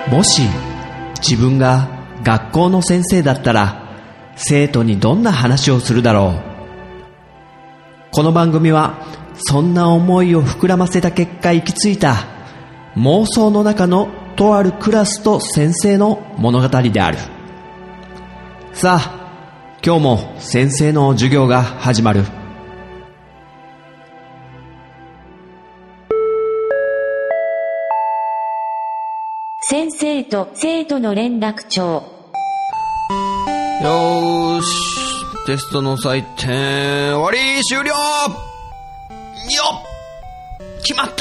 もし自分が学校の先生だったら生徒にどんな話をするだろう。この番組はそんな思いを膨らませた結果行き着いた妄想の中のとあるクラスと先生の物語である。さあ、今日も先生の授業が始まる。 先生と生徒の連絡帳。 よーし、テストの採点終わり、終了。よっ、決まった。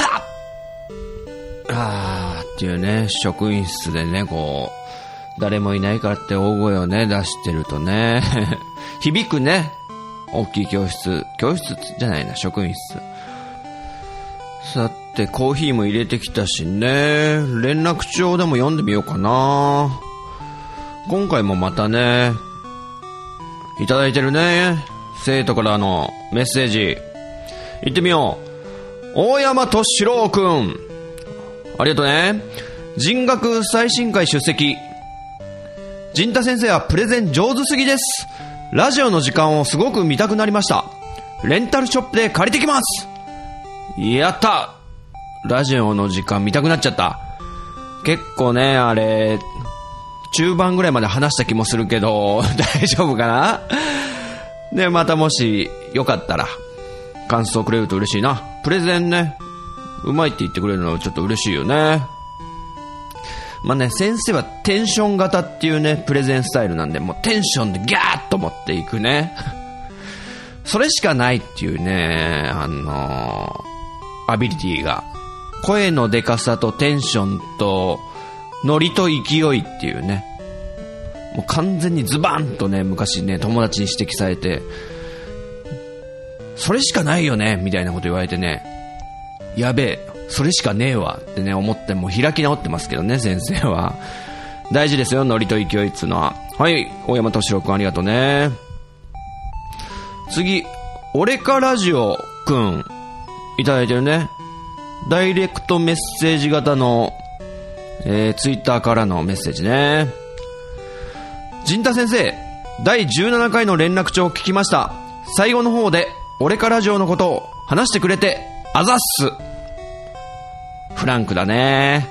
っていうね、職員室でね、こう誰もいないからって大声をね出してるとね響くね。大きい教室じゃないな、職員室。さて、コーヒーも入れてきたしね、連絡帳でも読んでみようかな。今回もまたね、いただいてるね、生徒からのメッセージ。行ってみよう。大山敏郎くん、ありがとうね。人学最新会出席。陣太先生はプレゼン上手すぎです。ラジオの時間をすごく見たくなりました。レンタルショップで借りてきます。やった。ラジオの時間見たくなっちゃった。結構ね、あれ中盤ぐらいまで話した気もするけど大丈夫かな。で、またもしよかったら感想くれると嬉しいな。プレゼンね、うまいって言ってくれるのはちょっと嬉しいよね。まあね、先生はテンション型っていうねプレゼンスタイルなんで、もうテンションでギャーッと持っていくねそれしかないっていうね、アビリティが、声のでかさとテンションとノリと勢いっていうね、もう完全にズバンとね、昔ね友達に指摘されて、それしかないよねみたいなこと言われてね、やべえ、それしかねえわってね思って、もう開き直ってますけどね、先生は。大事ですよ、ノリと勢いっつうのは。はい、大山敏郎くんありがとうね。次、俺かラジオくんいただいてるね。ダイレクトメッセージ型の、ツイッターからのメッセージね。陣太先生、第17回の連絡帳を聞きました。最後の方で俺かラジオのことを話してくれてあざっす。フランクだね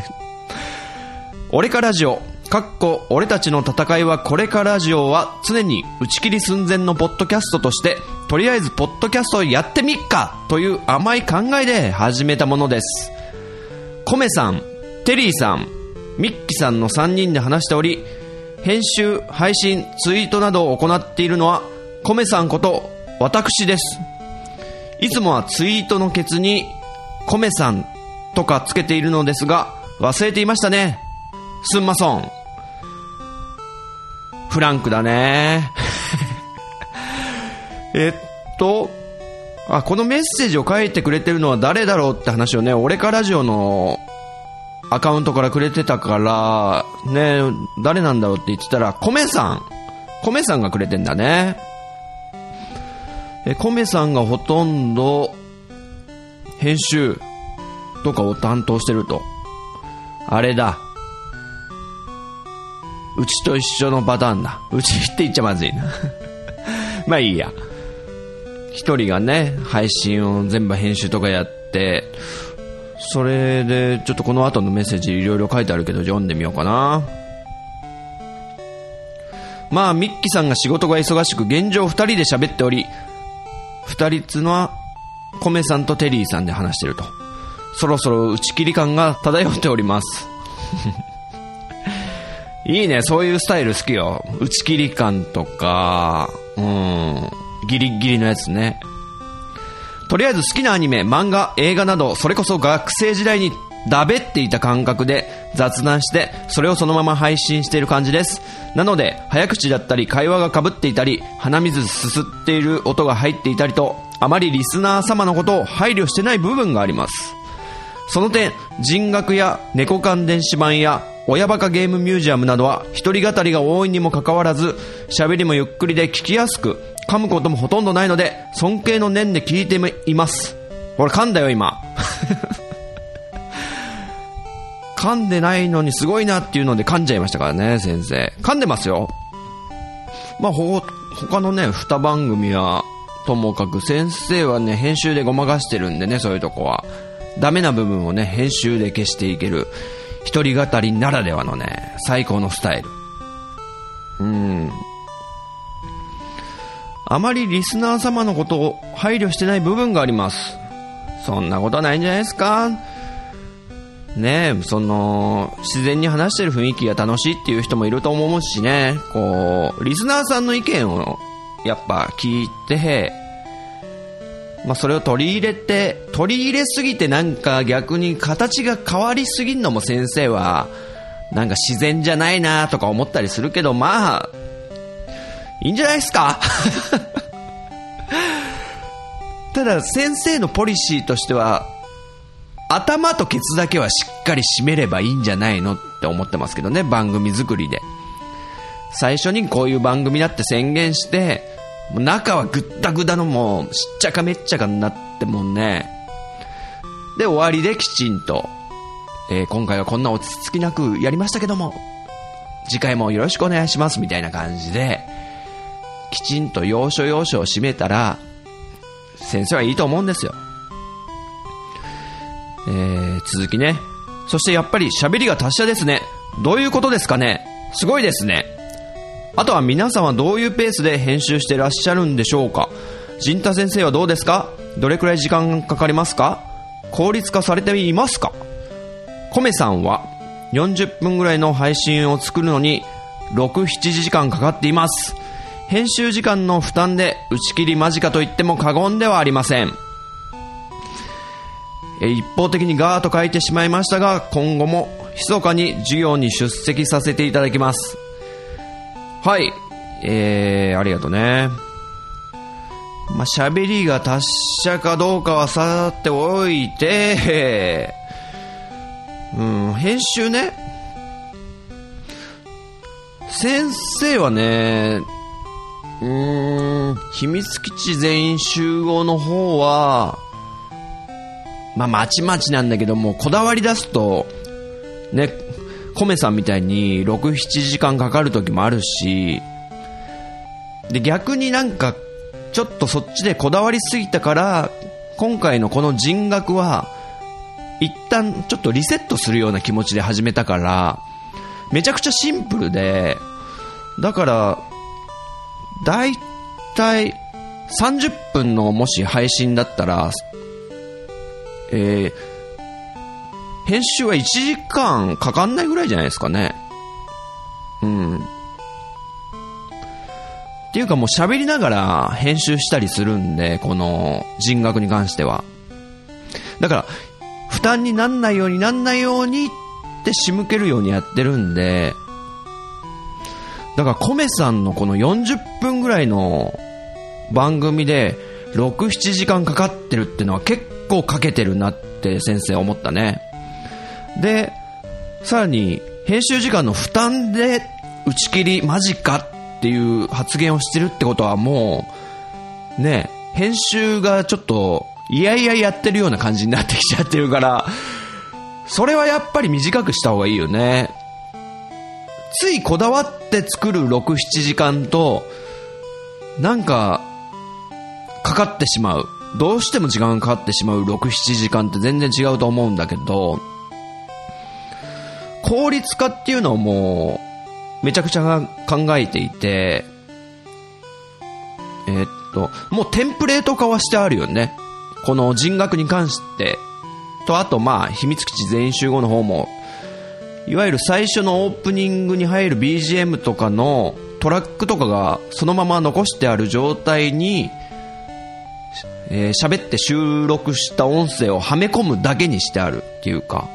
俺かラジオ俺たちの戦いはこれかラジオは常に打ち切り寸前のポッドキャストとして、とりあえずポッドキャストをやってみっかという甘い考えで始めたものです。コメさん、テリーさん、ミッキさんの3人で話しており、編集、配信、ツイートなどを行っているのはコメさんこと私です。いつもはツイートのケツにコメさんとかつけているのですが、忘れていましたね。すんまそん。フランクだねこのメッセージを書いてくれてるのは誰だろうって話をね、俺かラジオのアカウントからくれてたからね、誰なんだろうって言ってたら、コメさんがくれてんだね。コメさんがほとんど編集とかを担当してると。あれだ、うちと一緒のパターンだ。うちって言っちゃまずいなまあいいや。一人がね配信を全部編集とかやって、それでちょっとこの後のメッセージいろいろ書いてあるけど読んでみようかな。まあミッキーさんが仕事が忙しく現状2人で喋っており、2人っつうのはコメさんとテリーさんで話してると。そろそろ打ち切り感が漂っておりますいいね、そういうスタイル好きよ。打ち切り感とか、ギリギリのやつね。とりあえず好きなアニメ、漫画、映画など、それこそ学生時代にだべっていた感覚で雑談して、それをそのまま配信している感じです。なので早口だったり会話が被っていたり、鼻水すすっている音が入っていたりと、あまりリスナー様のことを配慮してない部分があります。その点、人学や猫缶電子版や親バカゲームミュージアムなどは一人語りが多いにもかかわらず、喋りもゆっくりで聞きやすく、噛むこともほとんどないので尊敬の念で聞いています。俺噛んだよ今噛んでないのにすごいなっていうので噛んじゃいましたからね、先生。噛んでますよ。まあ、他のね、2番組はともかく、先生はね、編集でごまかしてるんでね、そういうとこは。ダメな部分をね、編集で消していける、一人語りならではのね、最高のスタイル。あまりリスナー様のことを配慮してない部分があります。そんなことはないんじゃないですかね。え、自然に話してる雰囲気が楽しいっていう人もいると思うしね、リスナーさんの意見をやっぱ聞いて、まあ、それを取り入れすぎてなんか逆に形が変わりすぎるのも先生はなんか自然じゃないなとか思ったりするけど、まあいいんじゃないですかただ先生のポリシーとしては、頭とケツだけはしっかり締めればいいんじゃないのって思ってますけどね、番組作りで。最初にこういう番組だって宣言して、中はぐったぐだのもうしっちゃかめっちゃかになってもね、で終わりできちんと、今回はこんな落ち着きなくやりましたけども次回もよろしくお願いしますみたいな感じできちんと要所要所を締めたら先生はいいと思うんですよ。続きね。そしてやっぱり喋りが達者ですね。どういうことですかね。すごいですね。あとは皆さんはどういうペースで編集してらっしゃるんでしょうか。陣太先生はどうですか。どれくらい時間かかりますか。効率化されていますか。コメさんは40分ぐらいの配信を作るのに 6,7 時間かかっています。編集時間の負担で打ち切り間近と言っても過言ではありません。一方的にガーッと書いてしまいましたが、今後も密かに授業に出席させていただきます。はい、ありがとうね。まあ、喋りが達者かどうかはさておいて、編集ね。先生はね、秘密基地全員集合の方は、まあ、まちまちなんだけども、こだわり出すと、ね、コメさんみたいに6、7時間かかる時もあるし、で、逆になんか、ちょっとそっちでこだわりすぎたから、今回のこの人学は、一旦ちょっとリセットするような気持ちで始めたから、めちゃくちゃシンプルで、だから、だいたい30分のもし配信だったら、編集は1時間かかんないぐらいじゃないですかね。っていうかもう喋りながら編集したりするんで、この人学に関しては。だから、負担になんないようにって仕向けるようにやってるんで、だからコメさんのこの40分ぐらいの番組で6、7時間かかってるってのは結構かけてるなって先生思ったね。で、さらに編集時間の負担で打ち切り間近っていう発言をしてるってことはもうね、編集がちょっといやいややってるような感じになってきちゃってるから、それはやっぱり短くした方がいいよね。ついこだわって作る6、7時間となんかかかってしまう、どうしても時間がかかってしまう6、7時間って全然違うと思うんだけど、効率化っていうのをもうめちゃくちゃ考えていて、もうテンプレート化はしてあるよね、この人学に関してと。あとまあ秘密基地全員集合の方も、いわゆる最初のオープニングに入る BGM とかのトラックとかがそのまま残してある状態に喋って収録した音声をはめ込むだけにしてあるっていうか、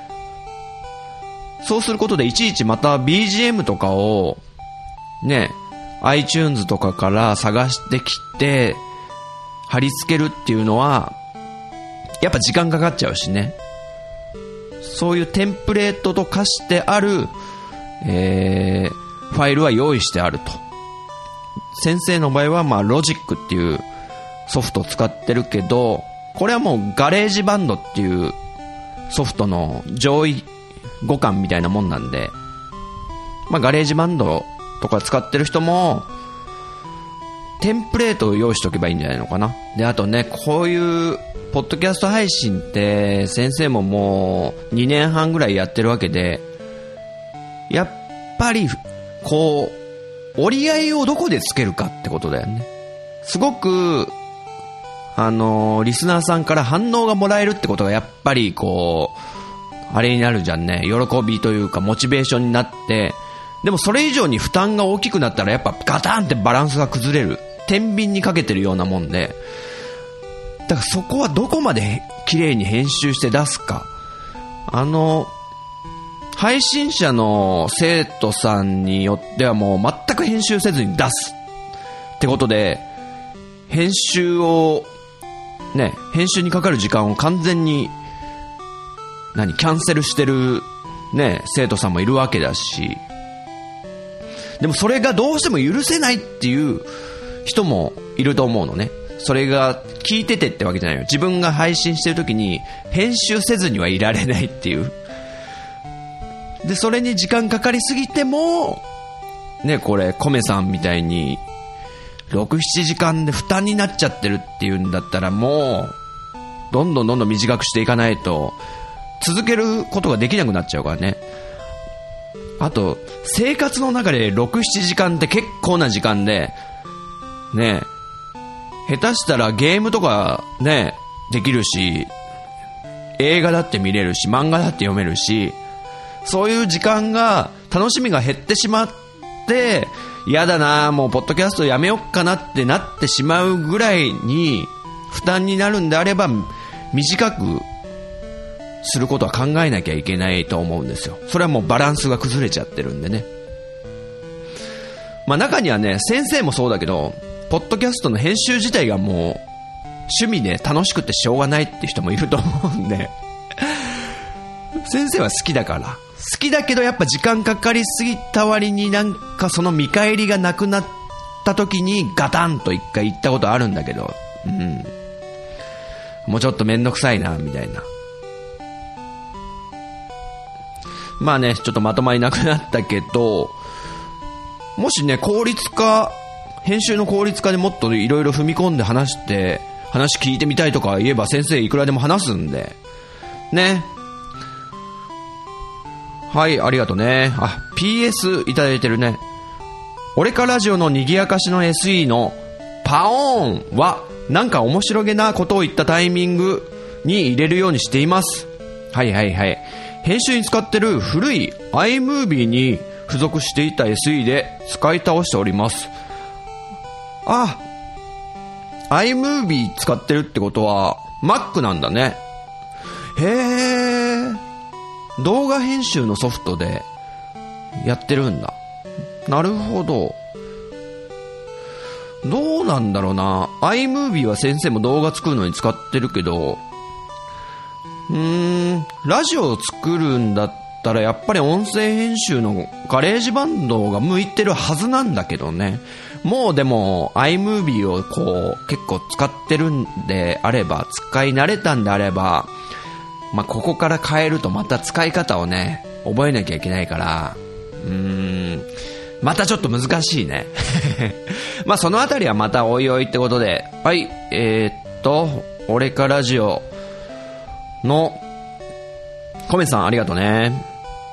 そうすることでいちいちまた BGM とかをね、iTunes とかから探してきて貼り付けるっていうのはやっぱ時間かかっちゃうしね。そういうテンプレートと化してある、ファイルは用意してあると。先生の場合はまあロジックっていうソフトを使ってるけど、これはもうガレージバンドっていうソフトの上位互換みたいなもんなんで、まあガレージバンドとか使ってる人もテンプレートを用意しておけばいいんじゃないのかな。で、あとね、こういうポッドキャスト配信って先生ももう2年半ぐらいやってるわけで、やっぱりこう折り合いをどこでつけるかってことだよね。すごくリスナーさんから反応がもらえるってことがやっぱりこうあれになるじゃんね。喜びというかモチベーションになって、でもそれ以上に負担が大きくなったらやっぱガタンってバランスが崩れる。天秤にかけてるようなもんで、だからそこはどこまで綺麗に編集して出すか。配信者の生徒さんによってはもう全く編集せずに出すってことで、編集にかかる時間を完全にキャンセルしてるね生徒さんもいるわけだし、でもそれがどうしても許せないっていう人もいると思うのね。それが聞いててってわけじゃないよ。自分が配信してる時に編集せずにはいられないっていう。で、それに時間かかりすぎてもね、これコメさんみたいに 6,7 時間で負担になっちゃってるっていうんだったら、もうどんどん短くしていかないと続けることができなくなっちゃうからね。あと生活の中で 6,7 時間って結構な時間でね、下手したらゲームとかねできるし、映画だって見れるし、漫画だって読めるし、そういう時間が楽しみが減ってしまって、嫌だな、もうポッドキャストやめよっかなってなってしまうぐらいに負担になるんであれば、短くすることは考えなきゃいけないと思うんですよ。それはもうバランスが崩れちゃってるんでね。まあ中にはね、先生もそうだけど、ポッドキャストの編集自体がもう趣味で楽しくてしょうがないって人もいると思うんで先生は好きだから、好きだけどやっぱ時間かかりすぎた割になんかその見返りがなくなった時にガタンと一回言ったことあるんだけど、もうちょっとめんどくさいなみたいな。まあね、ちょっとまとまりなくなったけど、もしね、編集の効率化でもっといろいろ踏み込んで話聞いてみたいとか言えば先生いくらでも話すんでね。はい、ありがとうね。PS いただいてるね。俺かラジオのにぎやかしの SE のパオーンはなんか面白げなことを言ったタイミングに入れるようにしています。はい。編集に使ってる古い iMovie に付属していた SE で使い倒しております。iMovie 使ってるってことは Mac なんだね。へー、動画編集のソフトでやってるんだ。なるほど。どうなんだろうな。iMovie は先生も動画作るのに使ってるけど、ラジオを作るんだったらやっぱり音声編集のガレージバンドが向いてるはずなんだけどね。もうでも iMovie をこう結構使ってるんであれば、使い慣れたんであれば、まあ、ここから変えるとまた使い方をね覚えなきゃいけないから、またちょっと難しいねまあそのあたりはまたおいおいってことで、はい、俺かラジオのコメさんありがとうね。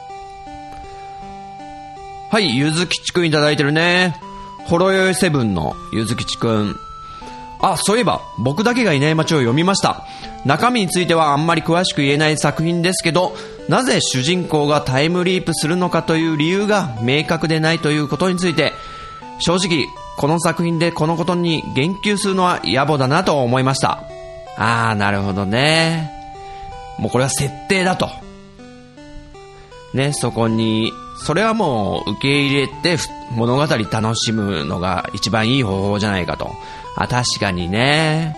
はい、ゆずきちくんいただいてるね。ほろよいセブンのゆずきちくん。そういえば僕だけがいない街を読みました。中身についてはあんまり詳しく言えない作品ですけど、なぜ主人公がタイムリープするのかという理由が明確でないということについて、正直この作品でこのことに言及するのは野暮だなと思いました。なるほどね。もうこれは設定だとね、そこにそれはもう受け入れて物語楽しむのが一番いい方法じゃないかと。確かにね。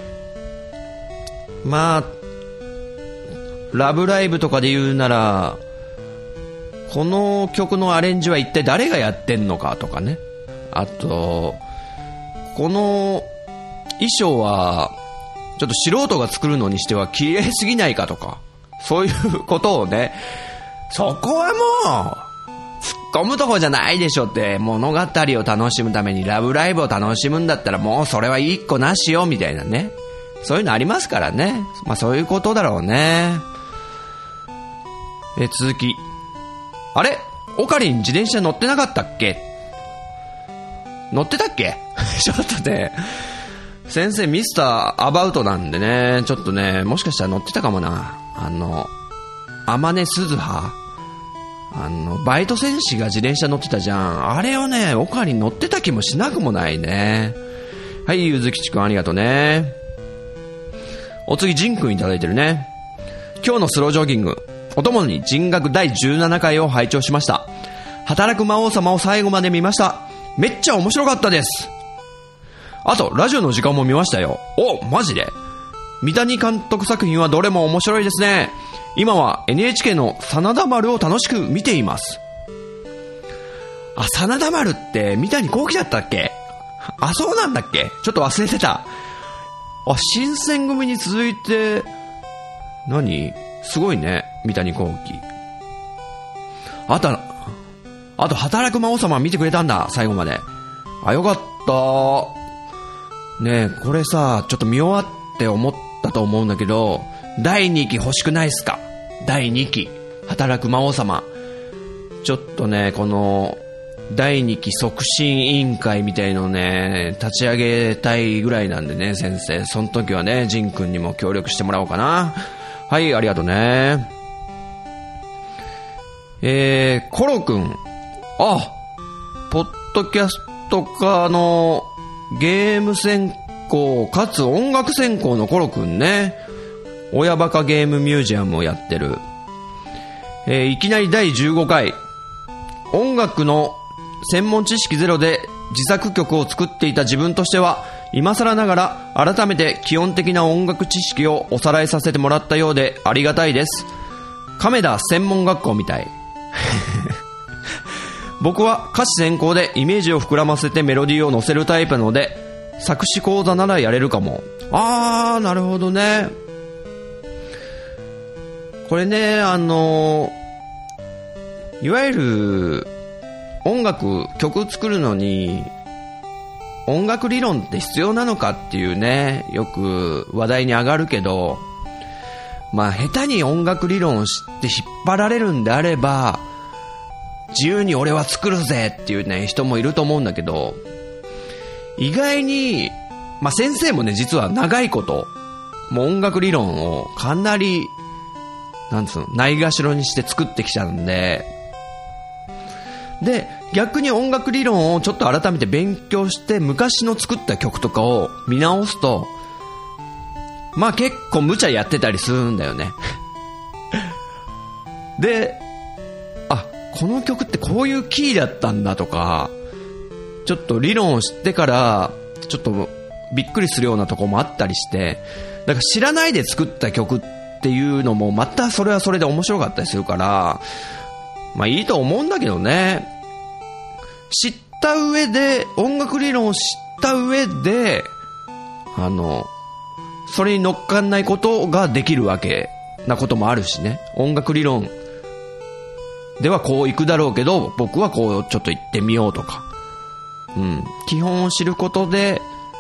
まあラブライブとかで言うなら、この曲のアレンジは一体誰がやってんのかとかね。あとこの衣装はちょっと素人が作るのにしては綺麗すぎないかとか、そういうことをねそこはもう突っ込むとこじゃないでしょって。物語を楽しむためにラブライブを楽しむんだったらもうそれは一個なしよみたいなね、そういうのありますからね。まあそういうことだろうね。続き、あれオカリン自転車乗ってなかったっけ？乗ってたっけ？ちょっとね、先生ミスターアバウトなんでね、ちょっとね、もしかしたら乗ってたかもな。天音鈴葉、バイト戦士が自転車乗ってたじゃん。あれをね、オカリン乗ってた気もしなくもないね。はい、ゆずきちくんありがとうね。お次、ジンくんいただいてるね。今日のスロージョギング、お供に人学第17回を拝聴しました。働く魔王様を最後まで見ました。めっちゃ面白かったです。あと、ラジオの時間も見ましたよ。お、マジで？三谷監督作品はどれも面白いですね。今は NHK の真田丸を楽しく見ています。あ、真田丸って三谷幸喜だったっけ？あ、そうなんだっけ？ちょっと忘れてた。あ、新選組に続いて、何？すごいね、三谷幸喜。あと働く魔王様見てくれたんだ、最後まで。あ、よかった。ねえ、これさ、ちょっと見終わって思ったと思うんだけど、第2期欲しくないっすか？第2期。働く魔王様。ちょっとね、この、第2期促進委員会みたいのをね、立ち上げたいぐらいなんでね、先生。その時はね、ジン君にも協力してもらおうかな。はい、ありがとうね。コロくん。あ、ポッドキャスト科のゲーム専攻かつ音楽専攻のコロくんね。親バカゲームミュージアムをやってる。いきなり第15回。音楽の専門知識ゼロで自作曲を作っていた自分としては、今更ながら改めて基本的な音楽知識をおさらいさせてもらったようでありがたいです。亀田専門学校みたい。僕は歌詞専攻でイメージを膨らませてメロディーを乗せるタイプなので、作詞講座ならやれるかも。あー、なるほどね。これね、いわゆる音楽、曲作るのに音楽理論って必要なのかっていうね、よく話題に上がるけど、まあ下手に音楽理論を知って引っ張られるんであれば、自由に俺は作るぜっていうね、人もいると思うんだけど、意外に、まあ先生もね、実は長いこと、もう音楽理論をかなり、なんつうの、ないがしろにして作ってきちゃうんで、で、逆に音楽理論をちょっと改めて勉強して昔の作った曲とかを見直すと、まあ結構無茶やってたりするんだよね。で、あ、この曲ってこういうキーだったんだとか、ちょっと理論を知ってからちょっとびっくりするようなとこもあったりして、だから知らないで作った曲っていうのもまたそれはそれで面白かったりするから、まあいいと思うんだけどね。知った上で、音楽理論を知った上で、それに乗っかんないことができるわけなこともあるしね。音楽理論ではこう行くだろうけど、僕はこうちょっと行ってみようとか。うん。基本を知ることで、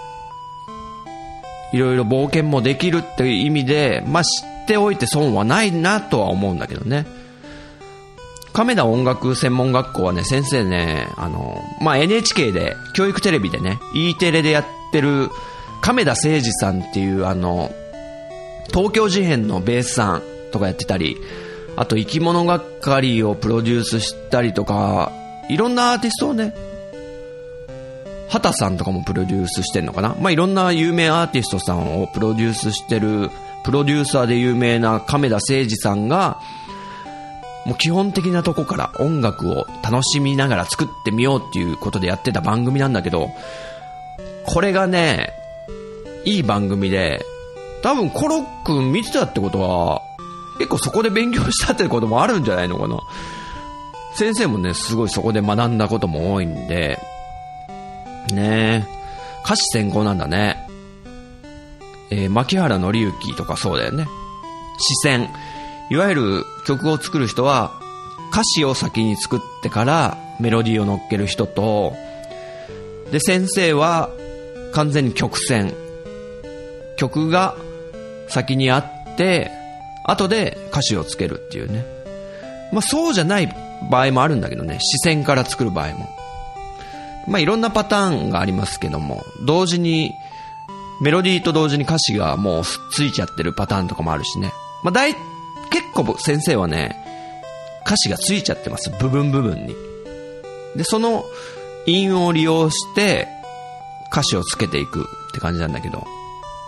いろいろ冒険もできるっていう意味で、まあ知っておいて損はないなとは思うんだけどね。亀田音楽専門学校はね、先生ね、まあ、NHK で、教育テレビでね、E テレでやってる、亀田誠二さんっていう、東京事変のベースさんとかやってたり、あと、生き物がかりをプロデュースしたりとか、いろんなアーティストをね、畑さんとかもプロデュースしてんのかな。まあ、いろんな有名アーティストさんをプロデュースしてる、プロデューサーで有名な亀田誠二さんが、もう基本的なとこから音楽を楽しみながら作ってみようっていうことでやってた番組なんだけど、これがね、いい番組で、多分コロッくん見てたってことは、結構そこで勉強したってこともあるんじゃないのかな。先生もね、すごいそこで学んだことも多いんで、ねえ、歌詞専攻なんだね。牧原紀之とかそうだよね。視線。いわゆる曲を作る人は歌詞を先に作ってからメロディーを乗っける人と、で先生は完全に曲線、曲が先にあって後で歌詞をつけるっていうね。まあそうじゃない場合もあるんだけどね、視線から作る場合も、まあいろんなパターンがありますけども、同時にメロディーと同時に歌詞がもうついちゃってるパターンとかもあるしね。まあ結構先生はね、歌詞がついちゃってます、部分に。でその韻を利用して歌詞をつけていくって感じなんだけど、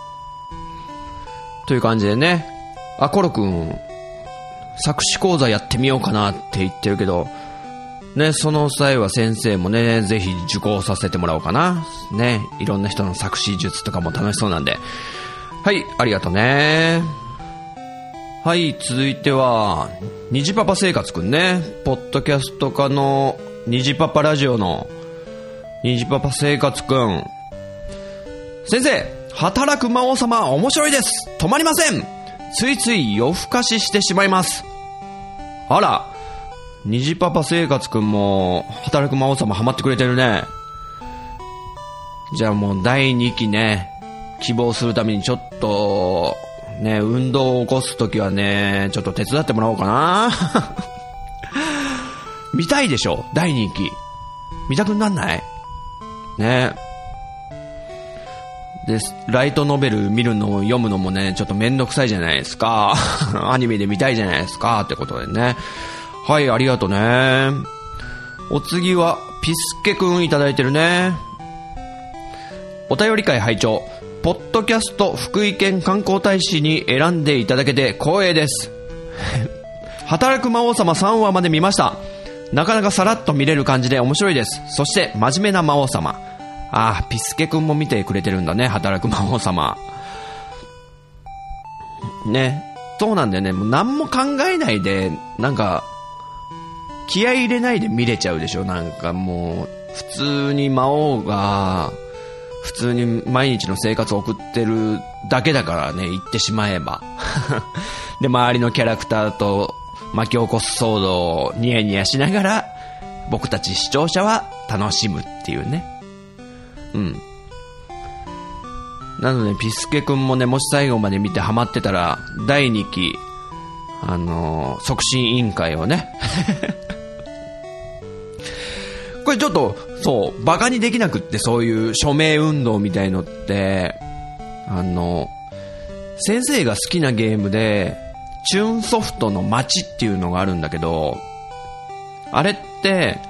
という感じでね。コロくん作詞講座やってみようかなって言ってるけどね、その際は先生もね、ぜひ受講させてもらおうかなね。いろんな人の作詞術とかも楽しそうなんで。はい、ありがとうね。はい、続いては虹パパ生活くんね。ポッドキャスト家の虹パパラジオの虹パパ生活くん。先生、働く魔王様面白いです。止まりません。ついつい夜更かししてしまいます。あら、虹パパ生活くんも働く魔王様ハマってくれてるね。じゃあもう第2期ね、希望するためにちょっとね、運動を起こすときはね、ちょっと手伝ってもらおうかな。見たいでしょ、第2期。見たくなんないね。でライトノベル見るの読むのもね、ちょっとめんどくさいじゃないですか。アニメで見たいじゃないですかってことでね。はい、ありがとうね。お次はピスケくんいただいてるね。お便り会拝聴。ポッドキャスト福井県観光大使に選んでいただけて光栄です。働く魔王様3話まで見ました。なかなかさらっと見れる感じで面白いです。そして真面目な魔王様。ピスケくんも見てくれてるんだね、働く魔王様ね。そうなんだよね。もう何も考えないで、なんか気合い入れないで見れちゃうでしょ。なんかもう普通に魔王が普通に毎日の生活を送ってるだけだからね、言ってしまえば。で周りのキャラクターと巻き起こす騒動をニヤニヤしながら僕たち視聴者は楽しむっていうね。なのでピスケくんもね、もし最後まで見てハマってたら第2期促進委員会をねこれちょっとそうバカにできなくって、そういう署名運動みたいのって先生が好きなゲームでチューンソフトの街っていうのがあるんだけど、あれって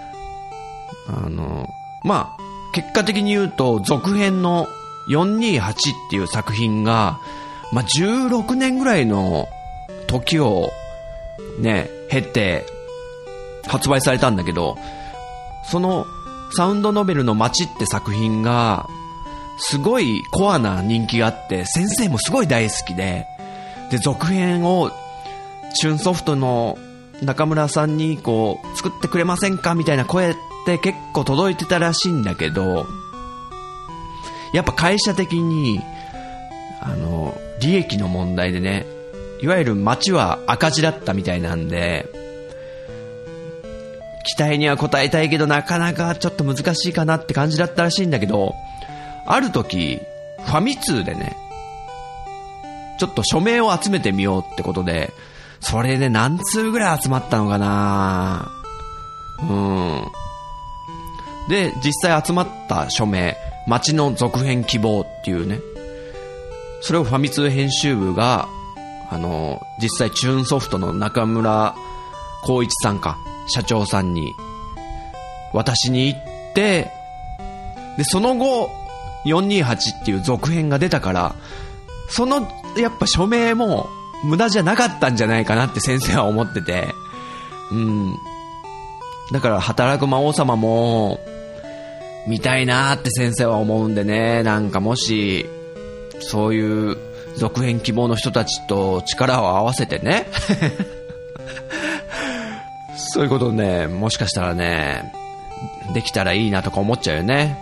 まあ結果的に言うと続編の428っていう作品が、まあ、16年ぐらいの時をね経て発売されたんだけど、そのサウンドノベルの街って作品がすごいコアな人気があって、先生もすごい大好きで、続編をチューンソフトの中村さんにこう作ってくれませんかみたいな声って結構届いてたらしいんだけど、やっぱ会社的に利益の問題でね、いわゆる街は赤字だったみたいなんで、期待には応えたいけどなかなかちょっと難しいかなって感じだったらしいんだけど、ある時ファミ通でね、ちょっと署名を集めてみようってことで、それで何通ぐらい集まったのかな。で実際集まった署名、街の続編希望っていうね、それをファミ通編集部が実際チューンソフトの中村光一さんか社長さんに渡しに行って、でその後428っていう続編が出たから、そのやっぱ署名も無駄じゃなかったんじゃないかなって先生は思ってて、だから働く魔王様も見たいなーって先生は思うんでね、なんかもしそういう続編希望の人たちと力を合わせてねそういうことね、もしかしたらねできたらいいなとか思っちゃうよね。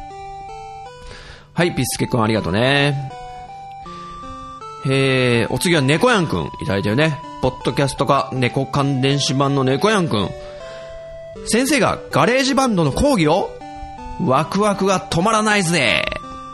はい、ピスケくんありがとうね。お次は猫やんくんいただいてるね。 ポッドキャストか猫関電子版の猫やんくん。先生がガレージバンドの講義をワクワクが止まらないぜ。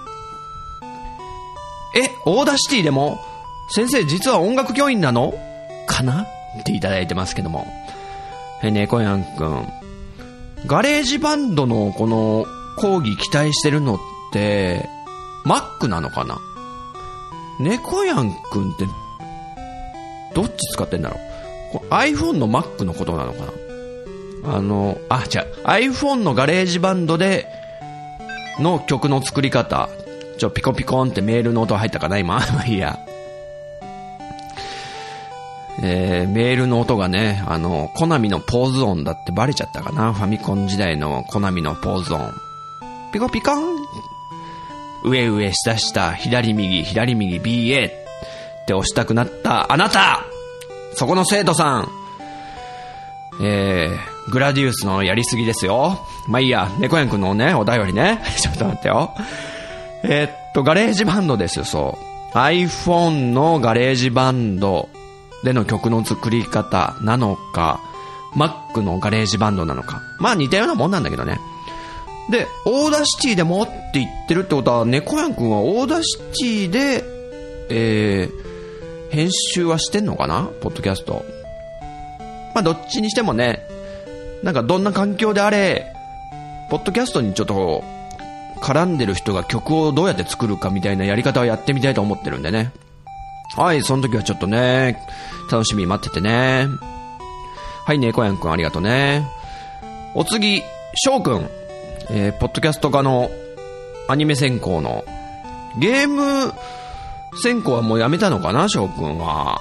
オーダーシティでも先生実は音楽教員なのかなっていただいてますけども。猫やんくん。ガレージバンドのこの講義期待してるのって、Mac なのかな？猫やんくんって、どっち使ってんだろう？ iPhone の Mac のことなのかな？iPhone のガレージバンドでの曲の作り方。ピコピコンってメールの音入ったかな今。まあいいや。メールの音がね、コナミのポーズ音だってバレちゃったかな。ファミコン時代のコナミのポーズ音。ピコピコン。上上下下、左右、左右、BA って押したくなったあなた！そこの生徒さん。グラディウスのやりすぎですよ。まあいいや、猫やんくんのね、お便りね。ちょっと待ってよ。ガレージバンドですよ、そう。iPhone のガレージバンドでの曲の作り方なのか、Mac のガレージバンドなのか。まあ似たようなもんなんだけどね。で、オーダーシティでもって言ってるってことは、猫やんくんはオーダーシティで、編集はしてんのかな？ポッドキャスト。まあどっちにしてもね、なんかどんな環境であれ、ポッドキャストにちょっと絡んでる人が曲をどうやって作るかみたいなやり方をやってみたいと思ってるんでね。はい、その時はちょっとね、楽しみに待っててね。はい、猫やんくんありがとうね。お次、翔くん。ポッドキャスト科のアニメ専攻のゲーム専攻はもうやめたのかな、翔くんは。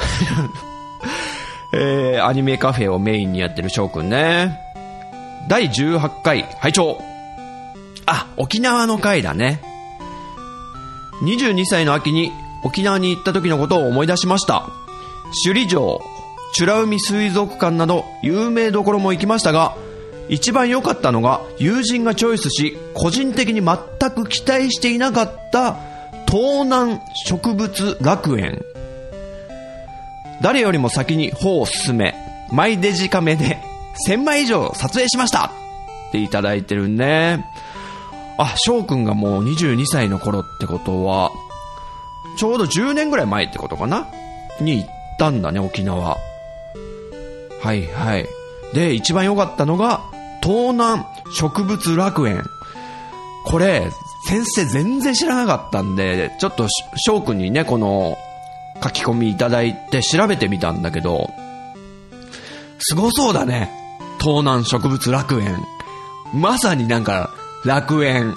アニメカフェをメインにやってる翔くんね。第18回拝聴。沖縄の回だね。22歳の秋に沖縄に行った時のことを思い出しました。首里城、美ら海水族館など有名どころも行きましたが、一番良かったのが友人がチョイスし、個人的に全く期待していなかった東南植物楽園。誰よりも先に歩を進め、マイデジカメで1000枚以上撮影しましたっていただいてるね。翔くんがもう22歳の頃ってことは、ちょうど10年ぐらい前ってことかなに行ったんだね、沖縄。はいはい。で、一番良かったのが、東南植物楽園。これ、先生全然知らなかったんで、ちょっと翔くんにね、この書き込みいただいて調べてみたんだけど、すごそうだね。東南植物楽園。まさになんか、楽園。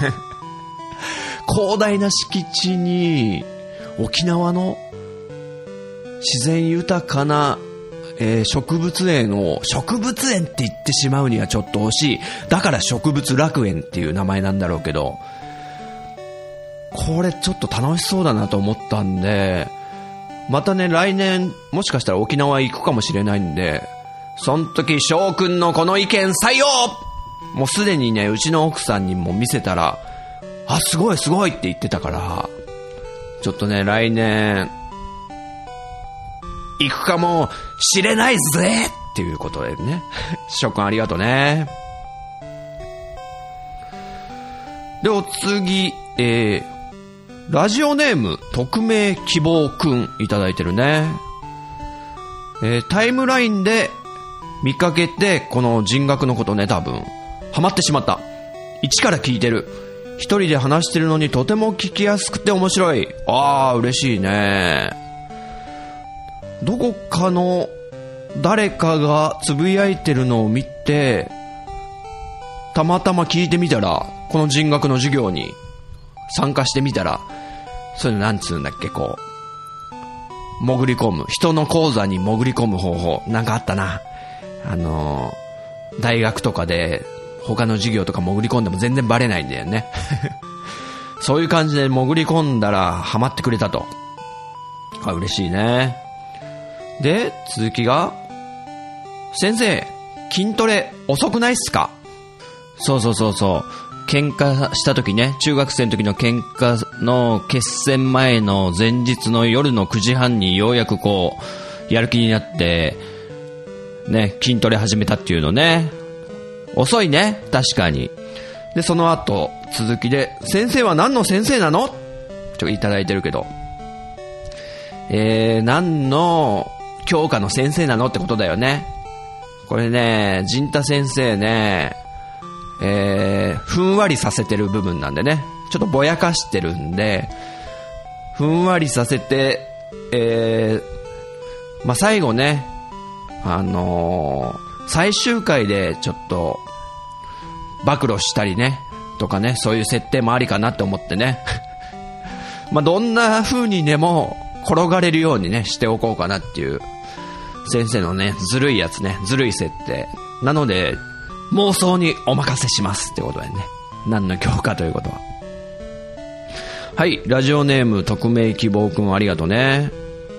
広大な敷地に、沖縄の自然豊かな植物園を、植物園って言ってしまうにはちょっと惜しい。だから植物楽園っていう名前なんだろうけど、これちょっと楽しそうだなと思ったんで、またね、来年もしかしたら沖縄行くかもしれないんで、その時翔くんのこの意見採用。もうすでにね、うちの奥さんにも見せたら、すごいすごいって言ってたから、ちょっとね、来年行くかもしれないぜっていうことでね。翔くんありがとうね。で、お次、ラジオネーム匿名希望くんいただいてるね。タイムラインで見かけて、この人学のことね、多分ハマってしまった。一から聞いてる。一人で話してるのにとても聞きやすくて面白い。嬉しいね。どこかの誰かがつぶやいてるのを見て、たまたま聞いてみたら、この人学の授業に参加してみたら、そういうのなんつうんだっけ、こう潜り込む、人の講座に潜り込む方法なんかあったな。大学とかで他の授業とか潜り込んでも全然バレないんだよね。そういう感じで潜り込んだらハマってくれたと。嬉しいね。で、続きが、先生、筋トレ遅くないっすか？そうそうそうそう。喧嘩した時ね、中学生の時の喧嘩の決戦前の前日の夜の9時半にようやくこう、 やる気になってね、筋トレ始めたっていうのね。遅いね、確かに。でその後続きで、先生は何の先生なのといただいてるけど、何の教科の先生なのってことだよね。これね、陣太先生ね、ふんわりさせてる部分なんでね、ちょっとぼやかしてるんで、ふんわりさせて、最後ね、最終回でちょっと暴露したりねとかね、そういう設定もありかなって思ってねどんな風にでも転がれるようにねしておこうかなっていう先生のね、ずるいやつね、ずるい設定なので、妄想にお任せしますってことでね、何の教科ということは。はい、ラジオネーム匿名希望くん、ありがとうね。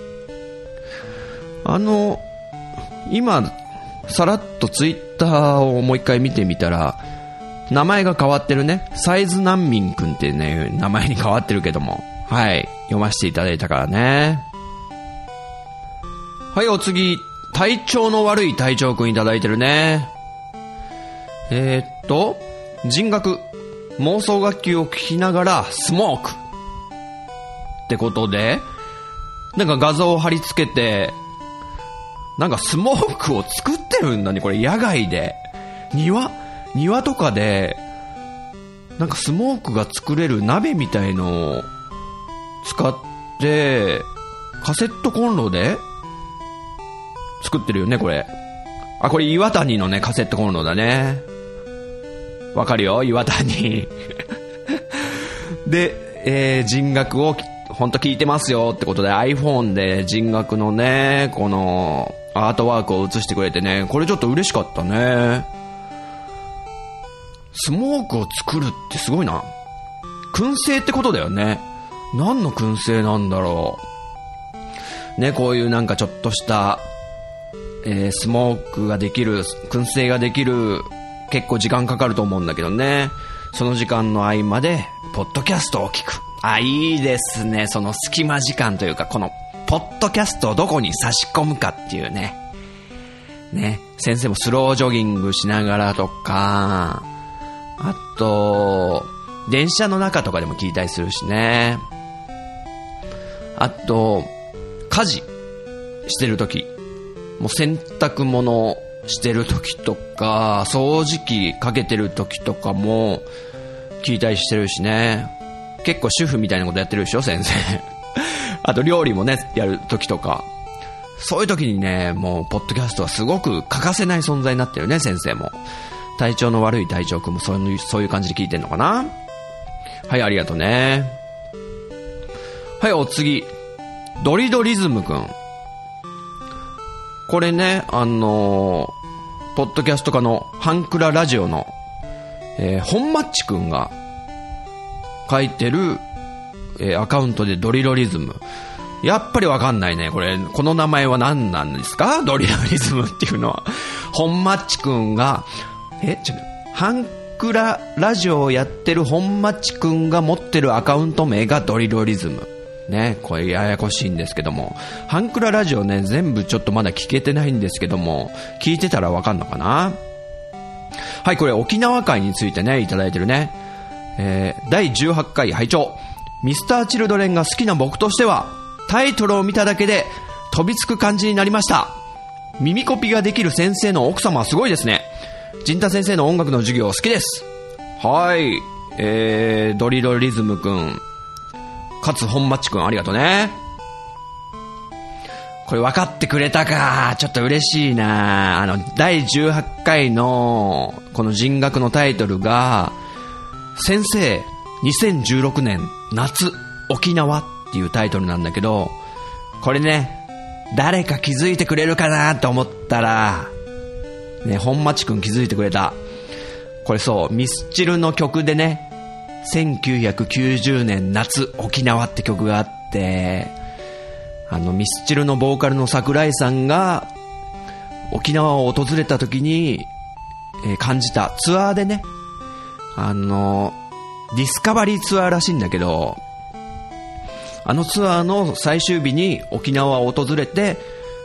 今さらっとツイッターをもう一回見てみたら、名前が変わってるね。サイズ難民くんってね、名前に変わってるけども、はい、読ませていただいたからね。はい、お次、体調の悪い隊長くんいただいてるね。人学妄想楽器を聴きながらスモークってことで、なんか画像を貼り付けて、なんかスモークを作ってるんだね、これ野外で。庭とかで、なんかスモークが作れる鍋みたいのを使って、カセットコンロで作ってるよね、これ。これ岩谷のね、カセットコンロだね。わかるよ、岩谷。で、人楽をほんと聞いてますよってことで iPhone で人楽のね、このアートワークを映してくれてね、これちょっと嬉しかったね。スモークを作るってすごいな。燻製ってことだよね。何の燻製なんだろうね。こういうなんかちょっとした、スモークができる、燻製ができる、結構時間かかると思うんだけどね、その時間の合間でポッドキャストを聞く。いいですね。その隙間時間というか、このポッドキャストをどこに差し込むかっていうね。先生もスロージョギングしながらとか、あと電車の中とかでも聞いたりするしね。あと家事してるとき、もう洗濯物してるときとか、掃除機かけてるときとかも聞いたりしてるしね。結構主婦みたいなことやってるでしょ、先生。あと料理もね、やるときとか、そういうときにね、もうポッドキャストはすごく欠かせない存在になってるね、先生も。体調の悪い隊長くんもそういう感じで聞いてんのかな。はい、ありがとうね。はい、お次、ドリドリズムくん。これね、ポッドキャスト家のハンクララジオの、本マッチくんが書いてる、アカウントでドリドリズム。やっぱりわかんないね。この名前は何なんですか？ドリドリズムっていうのは。本マッチくんが、ハンクララジオをやってる本マッチくんが持ってるアカウント名がドリドリズム。ね、これややこしいんですけども、ハンクララジオね、全部ちょっとまだ聞けてないんですけども、聞いてたらわかんのかな。はい、これ沖縄会についてね、いただいてるね。第18回拝聴。ミスターチルドレンが好きな僕としては、タイトルを見ただけで飛びつく感じになりました。耳コピができる先生の奥様はすごいですね。陣太先生の音楽の授業好きです。はい、ドリドリズムくんかつ本マッチくん、ありがとうね。これ分かってくれたか。ちょっと嬉しいな。第18回のこの人学のタイトルが、先生2016年夏沖縄っていうタイトルなんだけど、これね、誰か気づいてくれるかなと思ったらね、本町くん気づいてくれた。これそう、ミスチルの曲でね、1990年夏沖縄って曲があって、ミスチルのボーカルの桜井さんが沖縄を訪れた時に、感じたツアーでね、ディスカバリーツアーらしいんだけど、ツアーの最終日に沖縄を訪れて、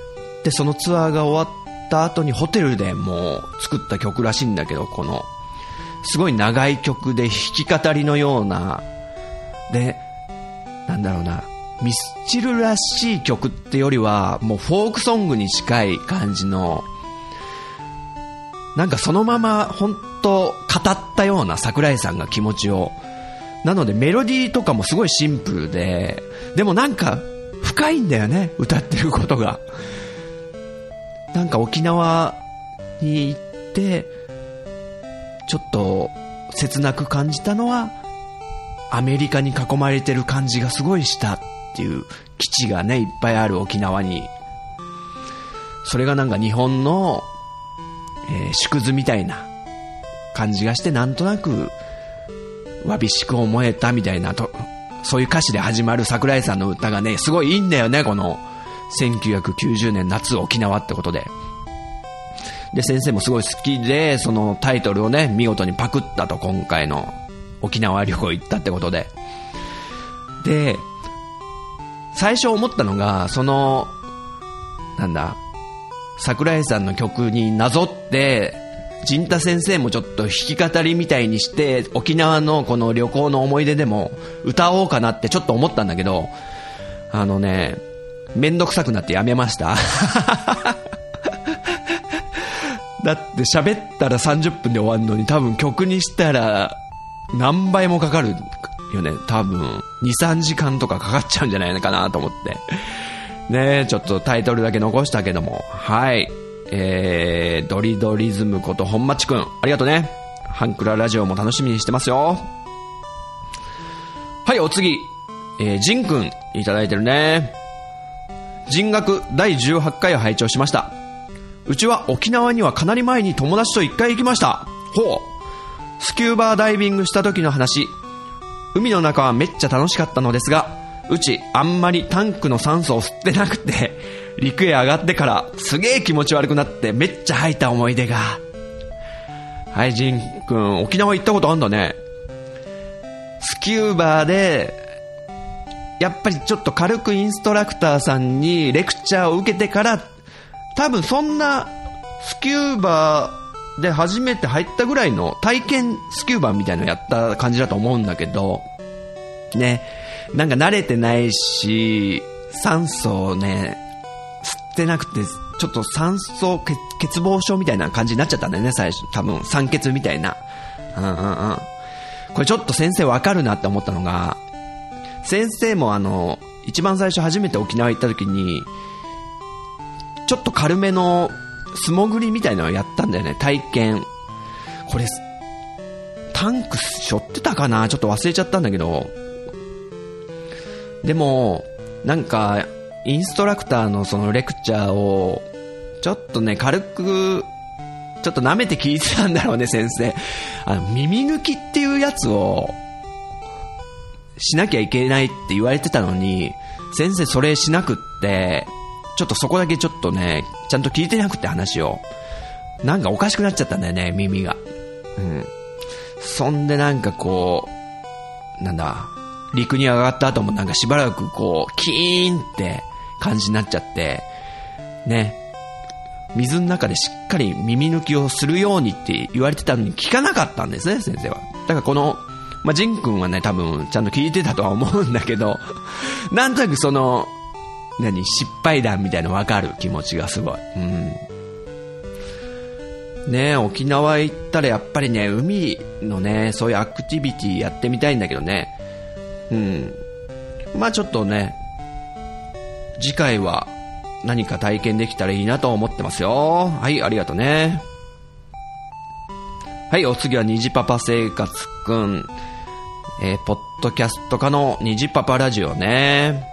ってそのツアーが終わった後にホテルでもう作った曲らしいんだけど、このすごい長い曲で弾き語りのようなで、なんだろうな、ミスチルらしい曲ってよりはもうフォークソングに近い感じの、なんかそのまま本当語ったような桜井さんが気持ちを、なのでメロディーとかもすごいシンプルで、でもなんか深いんだよね、歌ってることが。なんか沖縄に行ってちょっと切なく感じたのは、アメリカに囲まれてる感じがすごいしたっていう、基地がねいっぱいある沖縄に、それがなんか日本の、縮図みたいな感じがして、なんとなくわびしく思えたみたいなと、そういう歌詞で始まる桜井さんの歌がねすごいいいんだよね。この1990年夏沖縄ってことで、先生もすごい好きで、そのタイトルをね見事にパクったと、今回の沖縄旅行行ったってことで。で、最初思ったのが、そのなんだ、桜井さんの曲になぞって陣太先生もちょっと弾き語りみたいにして沖縄のこの旅行の思い出でも歌おうかなってちょっと思ったんだけど、めんどくさくなってやめましただって喋ったら30分で終わるのに、多分曲にしたら何倍もかかるよね。多分 2,3 時間とかかかっちゃうんじゃないのかなと思ってね。ちょっとタイトルだけ残したけども、はい、ドリドリズムこと本町くん、ありがとうね。ハンクララジオも楽しみにしてますよ。はい、お次、ジンくんいただいてるね。人学第18回を拝聴しました。うちは沖縄にはかなり前に友達と1回行きました。ほう。スキューバーダイビングした時の話。海の中はめっちゃ楽しかったのですが、うちあんまりタンクの酸素を吸ってなくて、陸へ上がってからすげえ気持ち悪くなってめっちゃ吐いた思い出が。はい、ジンくん沖縄行ったことあんだね。スキューバーでやっぱりちょっと軽くインストラクターさんにレクチャーを受けてから、多分そんなスキューバーで初めて入ったぐらいの体験スキューバーみたいなのやった感じだと思うんだけどね。なんか慣れてないし、酸素をね吸ってなくて、ちょっと酸素欠乏症みたいな感じになっちゃったんだよね、最初。多分酸欠みたいな。これちょっと先生わかるなって思ったのが、先生も一番最初初めて沖縄行った時にちょっと軽めの素潜りみたいなのをやったんだよね、体験。これタンク背負ってたかな、ちょっと忘れちゃったんだけど、でもなんかインストラクターのそのレクチャーをちょっとね軽くちょっと舐めて聞いてたんだろうね、先生。耳抜きっていうやつをしなきゃいけないって言われてたのに、先生それしなくって、ちょっとそこだけちょっとねちゃんと聞いてなくって話を、なんかおかしくなっちゃったんだよね、耳が。そんでなんかこうなんだ、陸に上がった後もなんかしばらくこうキーンって感じになっちゃってね、水の中でしっかり耳抜きをするようにって言われてたのに聞かなかったんですね、先生は。だからこのジン君はね多分ちゃんと聞いてたとは思うんだけど、なんとなくその失敗談みたいなの分かる気持ちがすごい。ね、沖縄行ったらやっぱりね海のねそういうアクティビティやってみたいんだけどね。ちょっとね次回は何か体験できたらいいなと思ってますよ。はい、ありがとうね。はい、お次は虹パパ生活くん、ポッドキャスト化の虹パパラジオね。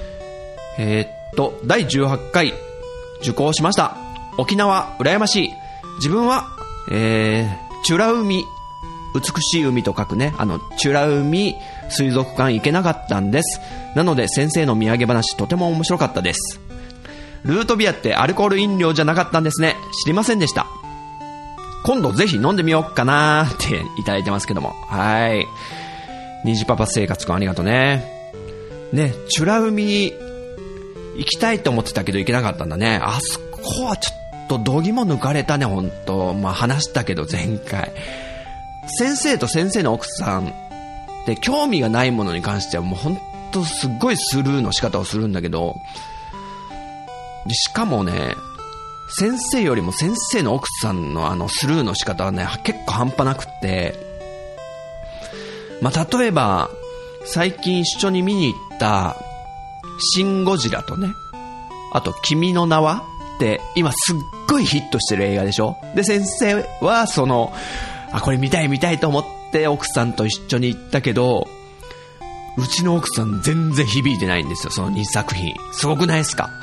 第18回受講しました。沖縄羨ましい。自分は、美ら海、美しい海と書くね、美ら海水族館行けなかったんです。なので先生の土産話とても面白かったです。ルートビアってアルコール飲料じゃなかったんですね。知りませんでした。今度ぜひ飲んでみようかなーっていただいてますけども、はい、虹パパ生活くんありがとうね。ね、美ら海行きたいと思ってたけど行けなかったんだね。あそこはちょっと度肝抜かれたね、ほんと。まあ話したけど前回。先生と先生の奥さんって興味がないものに関してはもうほんとすっごいスルーの仕方をするんだけど、でしかもね、先生よりも先生の奥さんのスルーの仕方はね、結構半端なくって、まあ例えば最近一緒に見に行ったシン・ゴジラとね、あと君の名はって今すっごいヒットしてる映画でしょ。で先生はこれ見たいと思って奥さんと一緒に行ったけど、うちの奥さん全然響いてないんですよ、その2作品。すごくないですか？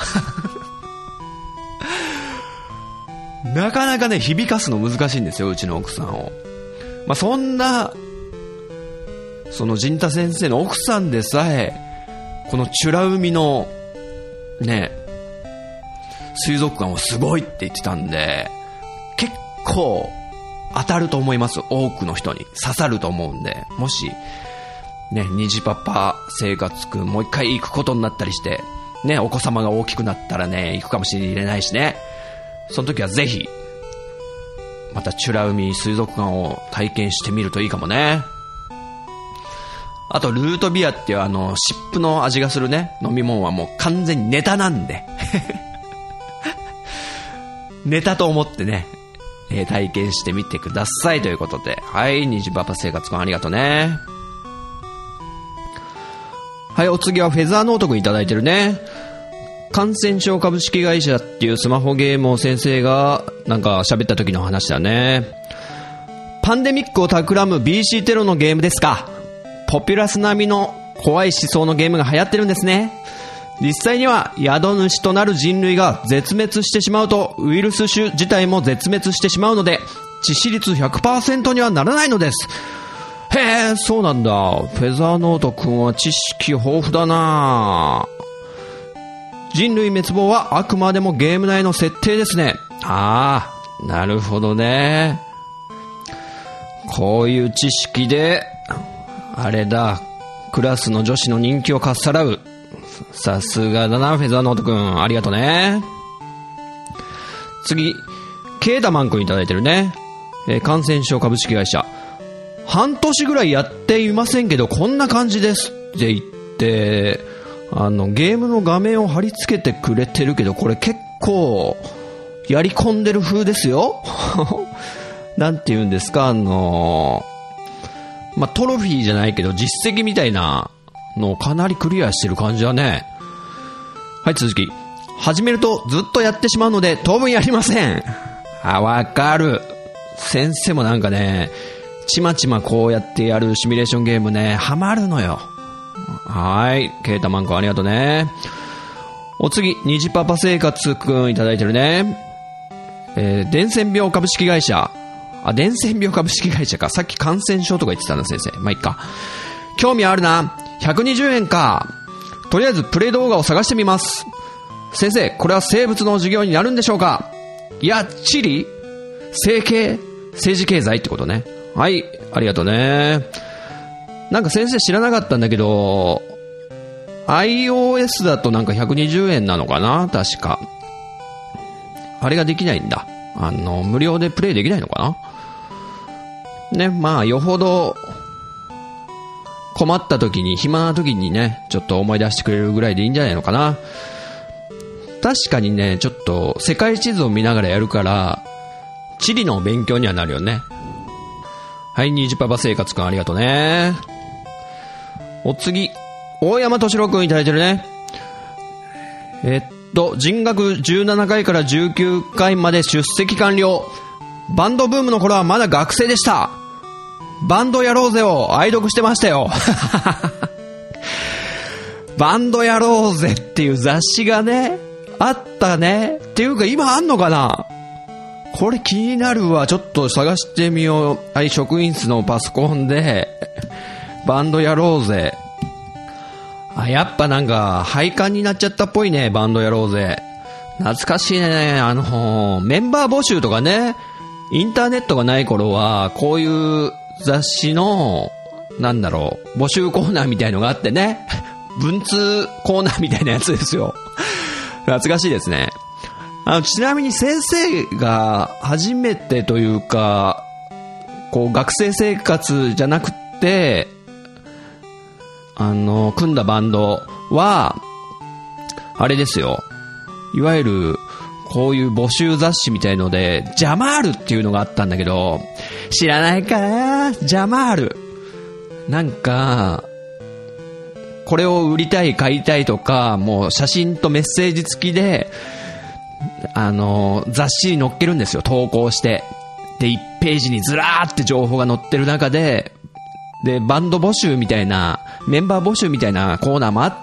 なかなかね、響かすの難しいんですよ、うちの奥さんを。まあそんなその陣太先生の奥さんでさえこの美ら海のね水族館はすごいって言ってたんで、結構当たると思います。多くの人に刺さると思うんで、もしね、虹パパ生活くんもう一回行くことになったりしてね、お子様が大きくなったらね、行くかもしれないしね、その時はぜひまた美ら海水族館を体験してみるといいかもね。あとルートビアっていう湿布の味がするね飲み物はもう完全にネタなんでネタと思ってね、体験してみてくださいということで、はい、虹パパ生活くんありがとうね。はい、お次はフェザーノートくんいただいてるね。感染症株式会社っていうスマホゲームを先生がなんか喋った時の話だね。パンデミックを企む BC テロのゲームですか。ポピュラス並みの怖い思想のゲームが流行ってるんですね。実際には宿主となる人類が絶滅してしまうとウイルス種自体も絶滅してしまうので致死率 100% にはならないのです。へえ、そうなんだ。フェザーノートくんは知識豊富だな。人類滅亡はあくまでもゲーム内の設定ですね。ああ、なるほどね。こういう知識であれだ、クラスの女子の人気をかっさらう。さすがだな、フェザーノートくん。ありがとうね。次、ケータマンくんいただいてるね。感染症株式会社。半年ぐらいやっていませんけど、こんな感じですって言って、ゲームの画面を貼り付けてくれてるけど、これ結構、やり込んでる風ですよ。なんて言うんですか、まあ、トロフィーじゃないけど、実績みたいなのをかなりクリアしてる感じだね。はい、続き。始めるとずっとやってしまうので当分やりません。あ、わかる。先生もなんかね、ちまちまこうやってやるシミュレーションゲームね、ハマるのよ。はい、ケータマン君ありがとうね。お次、虹パパ生活くんいただいてるね。伝染病株式会社。あ、伝染病株式会社か。さっき感染症とか言ってたんだ先生。まあ、いっか。興味あるな。120円か。とりあえずプレイ動画を探してみます。先生、これは生物の授業になるんでしょうか。いや、地理、政治経済ってことね。はい、ありがとうね。なんか先生知らなかったんだけど、iOS だとなんか120円なのかな、確か。あれができないんだ。無料でプレイできないのかなね。まあよほど困った時に、暇な時にね、ちょっと思い出してくれるぐらいでいいんじゃないのかな。確かにね、ちょっと世界地図を見ながらやるから地理の勉強にはなるよね。はい、虹パパ生活くんありがとうね。お次、大山敏郎くんいただいてるね。人学17回から19回まで出席完了。バンドブームの頃はまだ学生でした。バンドやろうぜを愛読してましたよ。バンドやろうぜっていう雑誌がね、あったね。っていうか今あんのかな。これ気になるわ。ちょっと探してみよう。はい、職員室のパソコンでバンドやろうぜ。あ、やっぱなんか廃刊になっちゃったっぽいね、バンドやろうぜ。懐かしいね。メンバー募集とかね、インターネットがない頃はこういう雑誌の募集コーナーみたいのがあってね、文通コーナーみたいなやつですよ。 懐かしいですね。ちなみに先生が初めてというか、こう学生生活じゃなくて、組んだバンドは、あれですよ。いわゆる、こういう募集雑誌みたいので、ジャマールっていうのがあったんだけど、知らないかな？ジャマール。なんか、これを売りたい、買いたいとか、もう写真とメッセージ付きで、雑誌に載っけるんですよ、投稿して。で、1ページにずらーって情報が載ってる中で、バンド募集みたいな、メンバー募集みたいなコーナーもあって、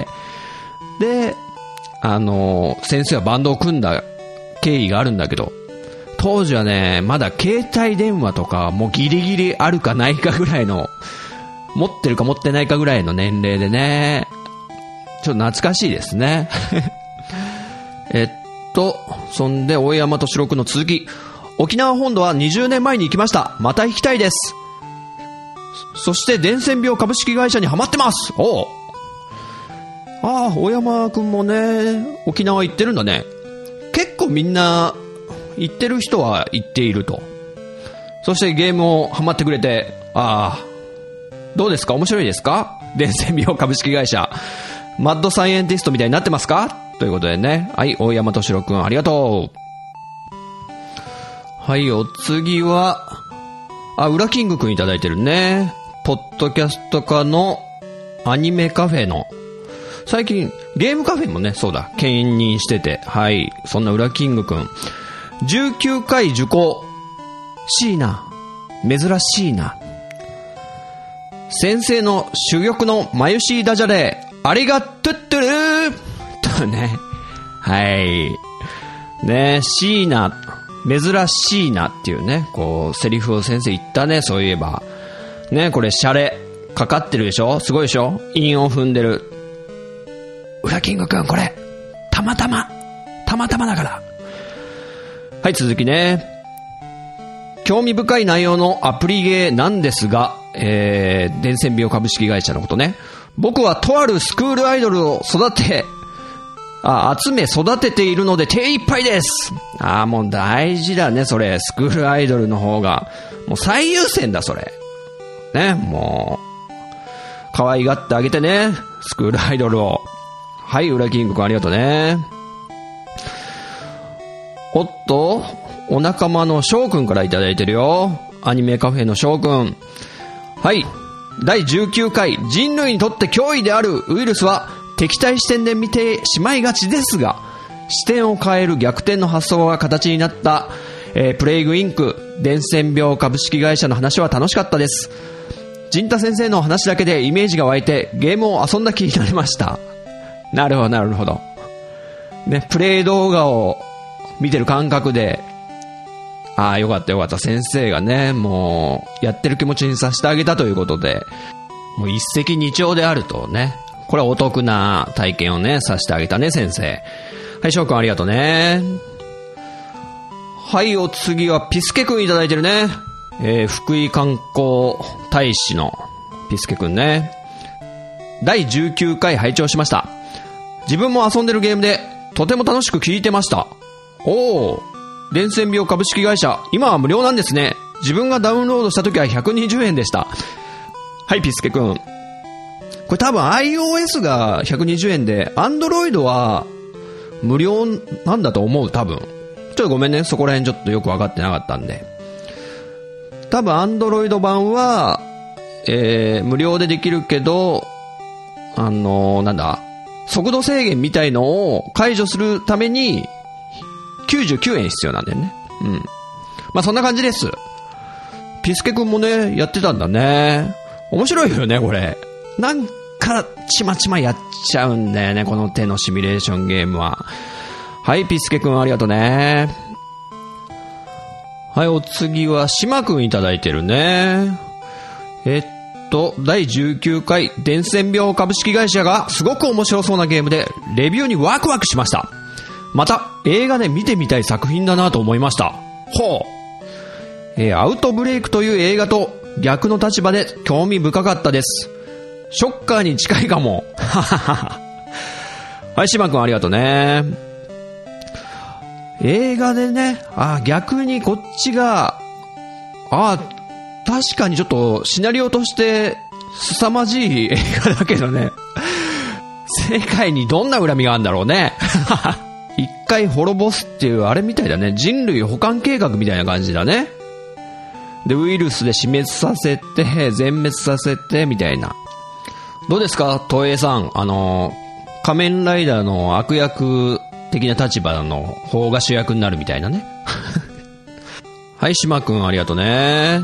で、先生はバンドを組んだ経緯があるんだけど、当時はね、まだ携帯電話とか、もうギリギリあるかないかぐらいの、持ってるか持ってないかぐらいの年齢でね、ちょっと懐かしいですね。そんで、大山敏郎くんの続き。沖縄本土は20年前に行きました。また行きたいです。そして、伝染病株式会社にハマってます。おう。ああ、大山くんもね、沖縄行ってるんだね。結構みんな、行ってる人は行っていると。そしてゲームをハマってくれて、ああ、どうですか？面白いですか？伝染病株式会社。マッドサイエンティストみたいになってますか？ということでね。はい、大山敏郎くんありがとう。はい、お次は、ウラキングくんいただいてるね。ポッドキャスト化のアニメカフェの、最近ゲームカフェもね、そうだ、兼任してて、はい、そんなウラキングくん。19回受講。しいな。珍しいな。先生の珠玉の眉しダジャレ、ありがとっとるーとね。はい。ね、しいな。珍しいなっていうね、こう、セリフを先生言ったね、そういえば。ね、これ、シャレ、かかってるでしょ？すごいでしょ？韻を踏んでる。ウラキングくん、これ、たまたまだから。はい、続きね。興味深い内容のアプリゲーなんですが、伝染病株式会社のことね。僕はとあるスクールアイドルを集め育てているので手一杯です。もう大事だね、それ。スクールアイドルの方が。もう最優先だ、それ。ね、もう。可愛がってあげてね、スクールアイドルを。はい、ウラキングくんありがとうね。おっと、お仲間の翔くんからいただいてるよ。アニメカフェの翔くん。はい。第19回、人類にとって脅威であるウイルスは、敵対視点で見てしまいがちですが、視点を変える逆転の発想が形になった、プレイグインク、伝染病株式会社の話は楽しかったです。陣太先生の話だけでイメージが湧いて、ゲームを遊んだ気になりました。なるほど、なるほど。ね、プレイ動画を見てる感覚で、よかったよかった。先生がね、もう、やってる気持ちにさせてあげたということで、もう一石二鳥であるとね。これはお得な体験をね、させてあげたね、先生。はい、翔くんありがとうね。はい、お次はピスケくんいただいてるね。福井観光大使のピスケくんね。第19回拝聴しました。自分も遊んでるゲームで、とても楽しく聞いてました。おー。伝染病株式会社、今は無料なんですね。自分がダウンロードした時は120円でした。はい、ピスケくん。これ多分 iOS が120円で、Android は無料なんだと思う、多分。ちょっとごめんね、そこら辺ちょっとよく分かってなかったんで。多分 Android 版は、無料でできるけど、速度制限みたいのを解除するために、99円必要なんだよね。うん。まあ、そんな感じです。ピスケくんもね、やってたんだね。面白いよね、これ。なんか、ちまちまやっちゃうんだよね、この手のシミュレーションゲームは。はい、ピスケくんありがとうね。はい、お次は、しまくんいただいてるね。第19回、伝染病株式会社がすごく面白そうなゲームで、レビューにワクワクしました。また、映画で見てみたい作品だなと思いました。ほう。アウトブレイクという映画と逆の立場で興味深かったです。ショッカーに近いかも。 はい、島くんありがとうね。映画でね、逆にこっちが、確かにちょっとシナリオとして凄まじい映画だけどね。世界にどんな恨みがあるんだろうね。一回滅ぼすっていうあれみたいだね。人類補完計画みたいな感じだね。で、ウイルスで死滅させて、全滅させて、みたいな。どうですか、東映さん。仮面ライダーの悪役的な立場の方が主役になるみたいなね。はい、島くんありがとうね。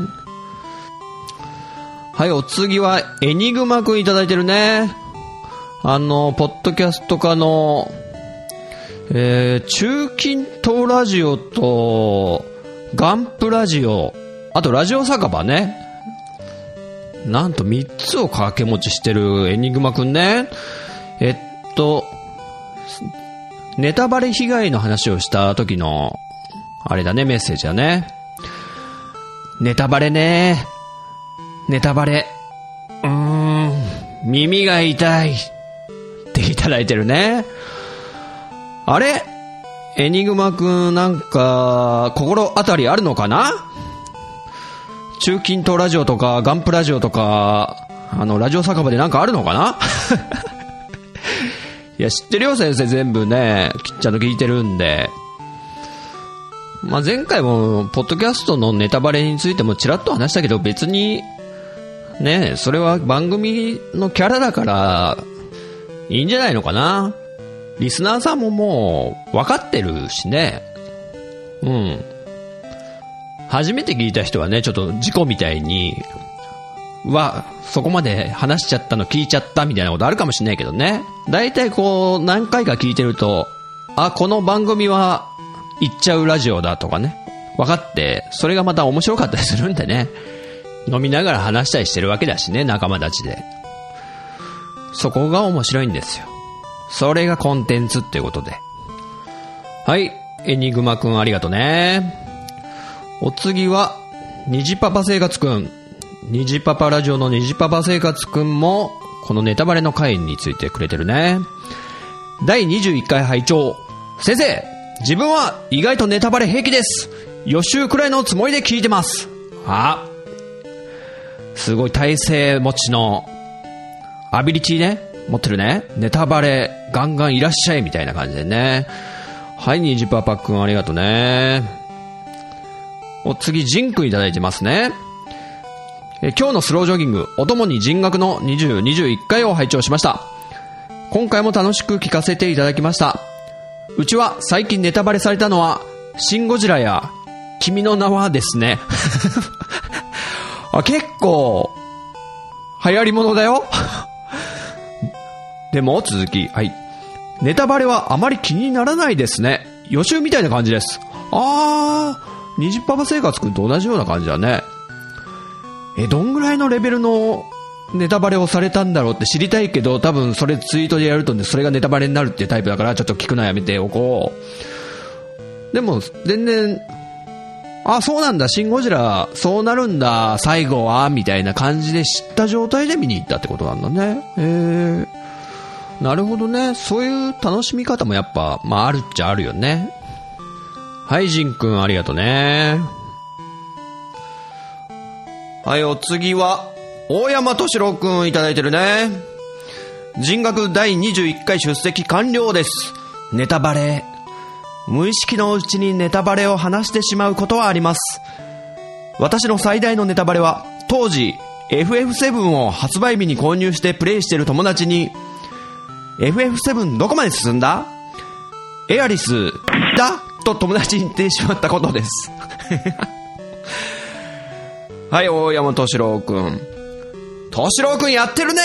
はい、お次はエニグマくんいただいてるね。ポッドキャスト化の、中近東ラジオとガンプラジオ、あとラジオ酒場ね。なんと3つを掛け持ちしてるエニグマくんね。ネタバレ被害の話をした時のあれだね、メッセージだね。ネタバレね。ネタバレ。耳が痛いっていただいてるね。あれ？エニグマくんなんか心当たりあるのかな？中近東ラジオとかガンプラジオとかラジオ酒場でなんかあるのかな？いや知ってるよ先生、全部ねちゃんと聞いてるんで。前回もポッドキャストのネタバレについてもちらっと話したけど、別にねそれは番組のキャラだからいいんじゃないのかな。リスナーさんももう分かってるしね。初めて聞いた人はね、ちょっと事故みたいにそこまで話しちゃったの聞いちゃったみたいなことあるかもしれないけどね。だいたいこう何回か聞いてると、この番組は言っちゃうラジオだとかね、分かって、それがまた面白かったりするんでね、飲みながら話したりしてるわけだしね、仲間たちで。そこが面白いんですよ。それがコンテンツっていうことで。はい、エニグマくんありがとうね。お次は虹パパ生活くん。虹パパラジオの虹パパ生活くんもこのネタバレの回についてくれてるね。第21回拝聴。先生、自分は意外とネタバレ平気です。予習くらいのつもりで聞いてます。すごい体勢持ちのアビリティね持ってるね。ネタバレガンガンいらっしゃいみたいな感じでね。はい、虹パパくんありがとうね。お次ジンくんいただいてますね。今日のスロージョギング、お供に人学の20、21回を拝聴しました。今回も楽しく聞かせていただきました。うちは最近ネタバレされたのはシンゴジラや君の名はですね。結構流行り物だよ。でも続き、はい。ネタバレはあまり気にならないですね。予習みたいな感じです。虹パパ生活くんと同じような感じだね。どんぐらいのレベルのネタバレをされたんだろうって知りたいけど、多分それツイートでやるとね、それがネタバレになるっていうタイプだから、ちょっと聞くのやめておこう。でも全然そうなんだ、シンゴジラそうなるんだ最後はみたいな感じで知った状態で見に行ったってことなんだね。なるほどね。そういう楽しみ方もやっぱあるっちゃあるよね。はい、ジンくんありがとうね。はい、お次は大山敏郎くんいただいてるね。人学第21回出席完了です。ネタバレ、無意識のうちにネタバレを話してしまうことはあります。私の最大のネタバレは、当時 FF7 を発売日に購入してプレイしている友達に、 FF7 どこまで進んだ？エアリスだと友達に言ってしまったことです。はい、大山敏郎くん。敏郎くんやってるね。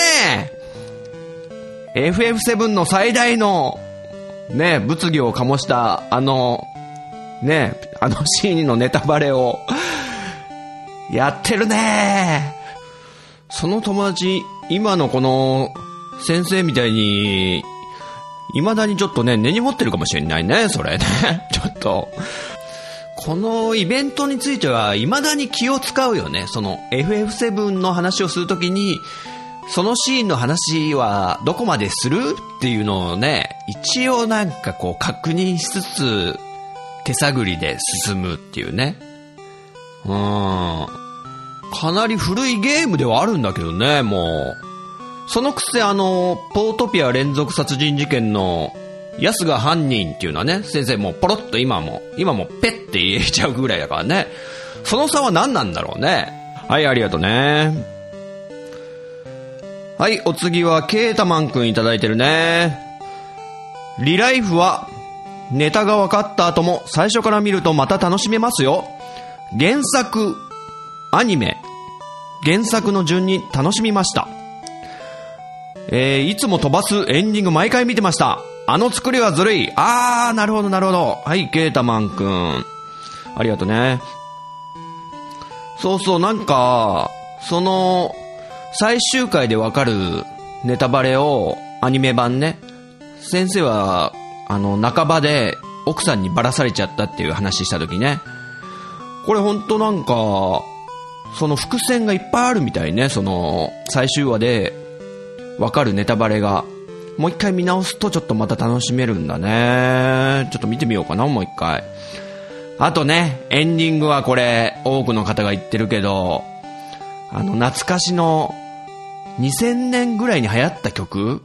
FF7 の最大のね、物議を醸したシーンのネタバレをやってるね。その友達、今のこの先生みたいに未だにちょっとね、根に持ってるかもしれないね、それね。ちょっとこのイベントについては未だに気を使うよね。その FF7 の話をするときにそのシーンの話はどこまでするっていうのをね、一応なんかこう確認しつつ手探りで進むっていうね。かなり古いゲームではあるんだけどね、もう。そのくせポートピア連続殺人事件のヤスが犯人っていうのはね、先生もうポロッと今もペッて言えちゃうぐらいだからね。その差は何なんだろうね。はい、ありがとうね。はい、お次はケータマンくんいただいてるね。リライフはネタが分かった後も最初から見るとまた楽しめますよ。原作、アニメ、原作の順に楽しみました。いつも飛ばすエンディング毎回見てました。あの作りはずるい。なるほどなるほど。はい、ケータマンくんありがとうね。そうそう、なんかその最終回でわかるネタバレをアニメ版ね、先生は半ばで奥さんにバラされちゃったっていう話した時ね、これほんとなんかその伏線がいっぱいあるみたいね。その最終話でわかるネタバレがもう一回見直すとちょっとまた楽しめるんだね。ちょっと見てみようかな、もう一回。あとね、エンディングはこれ多くの方が言ってるけど、懐かしの2000年ぐらいに流行った曲、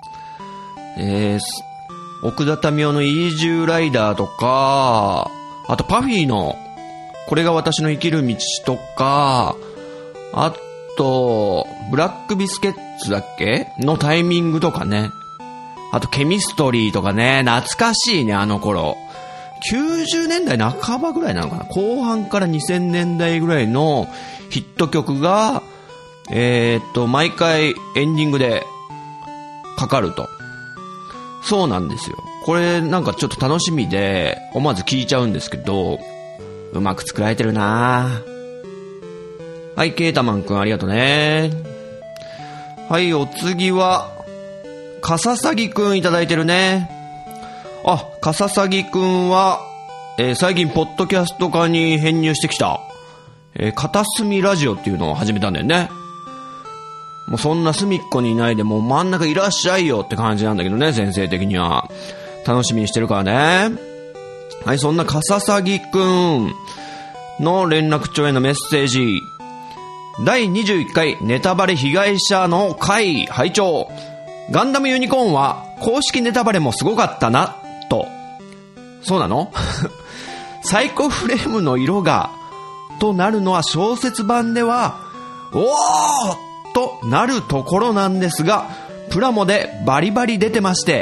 奥田民生のイージューライダーとか、あとパフィーのこれが私の生きる道とか、あとブラックビスケッツだっけのタイミングとかね、あとケミストリーとかね、懐かしいね。あの頃90年代半ばぐらいなのかな、後半から2000年代ぐらいのヒット曲が毎回エンディングでかかると。そうなんですよ。これなんかちょっと楽しみで思わず聞いちゃうんですけど、うまく作られてるな。はい、ケータマンくんありがとうね。はい、お次はカササギくんいただいてるね。カササギくんは、最近ポッドキャスト化に編入してきた、片隅ラジオっていうのを始めたんだよね。もうそんな隅っこにいないでもう真ん中いらっしゃいよって感じなんだけどね、先生的には。楽しみにしてるからね。はい、そんなカササギくんの連絡帳へのメッセージ。第21回ネタバレ被害者の会拝聴。ガンダムユニコーンは公式ネタバレもすごかったなと。そうなのサイコフレームの色がとなるのは小説版ではおーとなるところなんですが、プラモでバリバリ出てまして、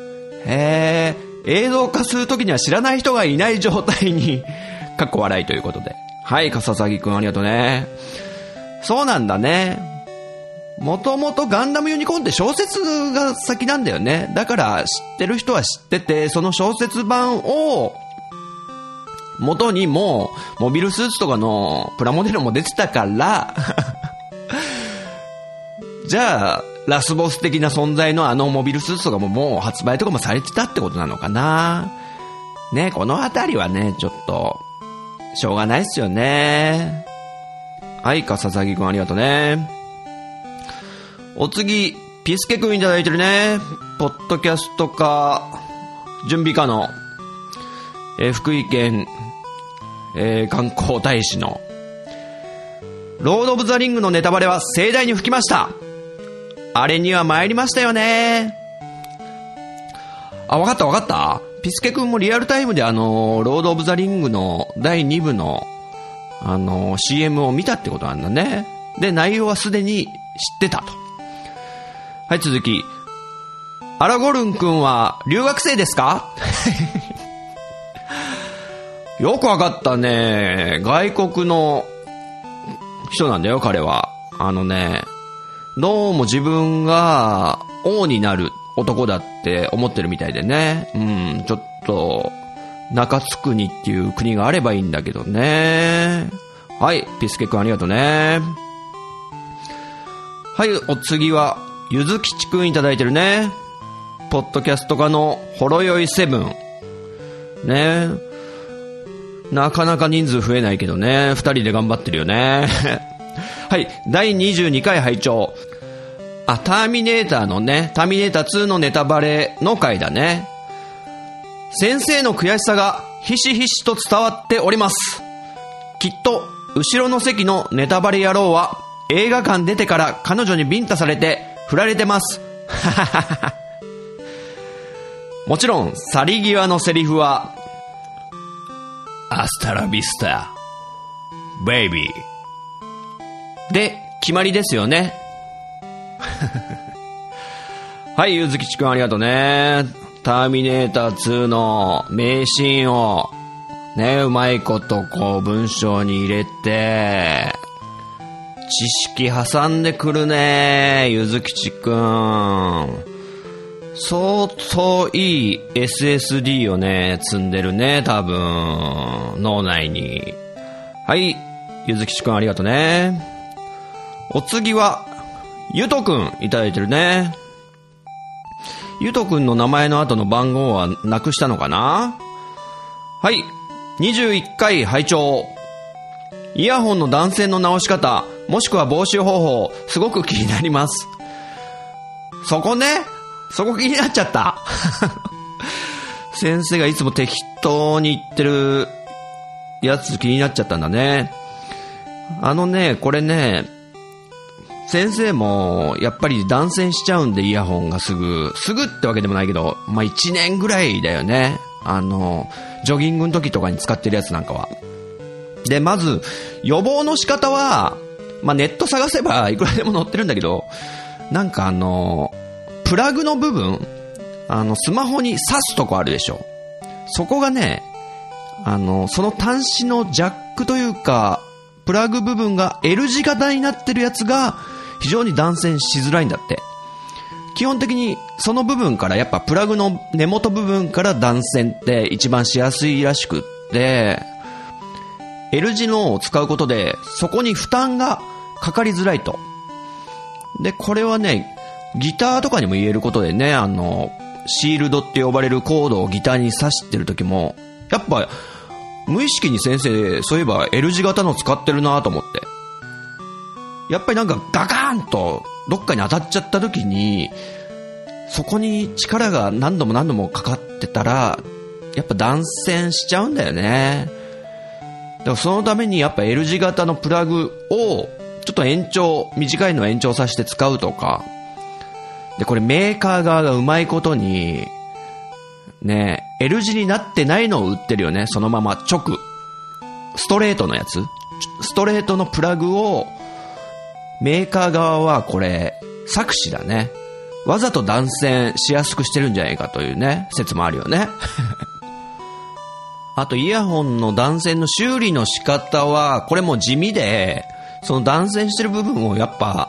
映像化するときには知らない人がいない状態にかっこ笑いということで。はい、カササギくんありがとうね。そうなんだね。もともとガンダムユニコーンって小説が先なんだよね。だから知ってる人は知ってて、その小説版を元にもうモビルスーツとかのプラモデルも出てたからじゃあラスボス的な存在のモビルスーツとかももう発売とかもされてたってことなのかなね。このあたりはねちょっとしょうがないっすよね。はい、カササギくんありがとうね。お次ピスケくんいただいてるね。ポッドキャストか準備課の、福井県、観光大使のロード・オブ・ザ・リングのネタバレは盛大に吹きました。あれには参りましたよね。わかった。ピスケくんもリアルタイムでロード・オブ・ザ・リングの第2部のCM を見たってことなんだね。で、内容はすでに知ってたと。はい、続き。アラゴルンくんは留学生ですかよくわかったね。外国の人なんだよ、彼は。どうも自分が王になる男だって思ってるみたいでね。ちょっと中津国っていう国があればいいんだけどね。はい、ピスケくんありがとうね。はい、お次はゆずきちくんいただいてるね。ポッドキャスト家のほろよい7ね。なかなか人数増えないけどね、2人で頑張ってるよねはい、第22回拝聴。 ターミネーターのね、ターミネーター2のネタバレの回だね。先生の悔しさがひしひしと伝わっております。きっと後ろの席のネタバレ野郎は映画館出てから彼女にビンタされて振られてます。もちろん去り際のセリフはアスタラビスタベイビーで決まりですよね。はい、ゆずきちくんありがとうね。ターミネーター2の名シーンをね、うまいことこう文章に入れて知識挟んでくるね、ゆずきちくん。相当いい SSD をね積んでるね、多分脳内に。はい、ゆずきちくんありがとうね。お次はゆとくんいただいてるね。ゆとくんの名前の後の番号はなくしたのかな。はい、21回拝聴。イヤホンの断線の直し方もしくは防止方法すごく気になります。そこ気になっちゃった先生がいつも適当に言ってるやつ気になっちゃったんだね。これね、先生もやっぱり断線しちゃうんで、イヤホンがすぐってわけでもないけど、1年ぐらいだよね。ジョギングの時とかに使ってるやつなんかは。で、まず予防の仕方は、ネット探せばいくらでも載ってるんだけど、なんかプラグの部分、スマホに挿すとこあるでしょ。そこがね、その端子のジャックというかプラグ部分が L 字型になってるやつが非常に断線しづらいんだって。基本的にその部分から、やっぱプラグの根元部分から断線って一番しやすいらしくって、 L 字のを使うことでそこに負担がかかりづらいと。で、これはね、ギターとかにも言えることでね、シールドって呼ばれるコードをギターに挿してる時も、やっぱ無意識に先生そういえば L 字型の使ってるなと思って、やっぱりなんかガカーンとどっかに当たっちゃった時に、そこに力が何度もかかってたらやっぱ断線しちゃうんだよね。だからそのためにやっぱ L 字型のプラグをちょっと短いのを延長させて使うとかで、これメーカー側がうまいことにね、L 字になってないのを売ってるよね。そのままストレートのやつ、ストレートのプラグをメーカー側はこれ作詞だね。わざと断線しやすくしてるんじゃないかというね、説もあるよね。あとイヤホンの断線の修理の仕方はこれも地味で、その断線してる部分をやっぱ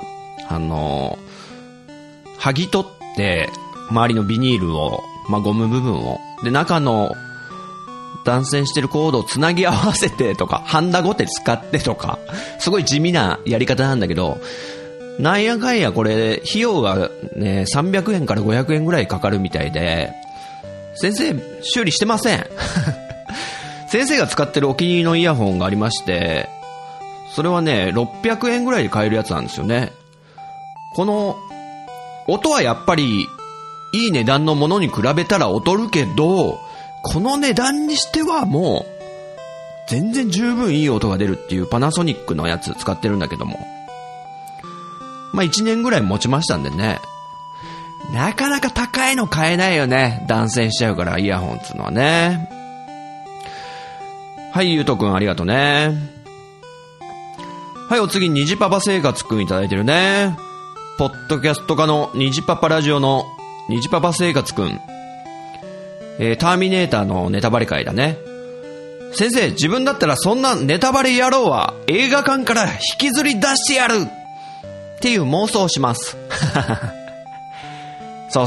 剥ぎ取って周りのビニールを、ゴム部分をで、中の断線してるコードをつなぎ合わせてとか、ハンダゴテ使ってとか、すごい地味なやり方なんだけど、なんやかんやこれ費用がね300円から500円ぐらいかかるみたいで、先生修理してません。先生が使ってるお気に入りのイヤホンがありまして、それはね600円ぐらいで買えるやつなんですよね。この音はやっぱりいい値段のものに比べたら劣るけど、この値段にしてはもう全然十分いい音が出るっていうパナソニックのやつ使ってるんだけども、1年ぐらい持ちましたんでね。なかなか高いの買えないよね、断線しちゃうからイヤホンっつうのはね。はい、ゆうとくんありがとうね。はい、お次にじパパ生活くんいただいてるね。ポッドキャスト化のにじパパラジオのにじパパ生活くん、ターミネーターのネタバレ会だね。先生、自分だったらそんなネタバレ野郎は映画館から引きずり出してやるっていう妄想をします。そう。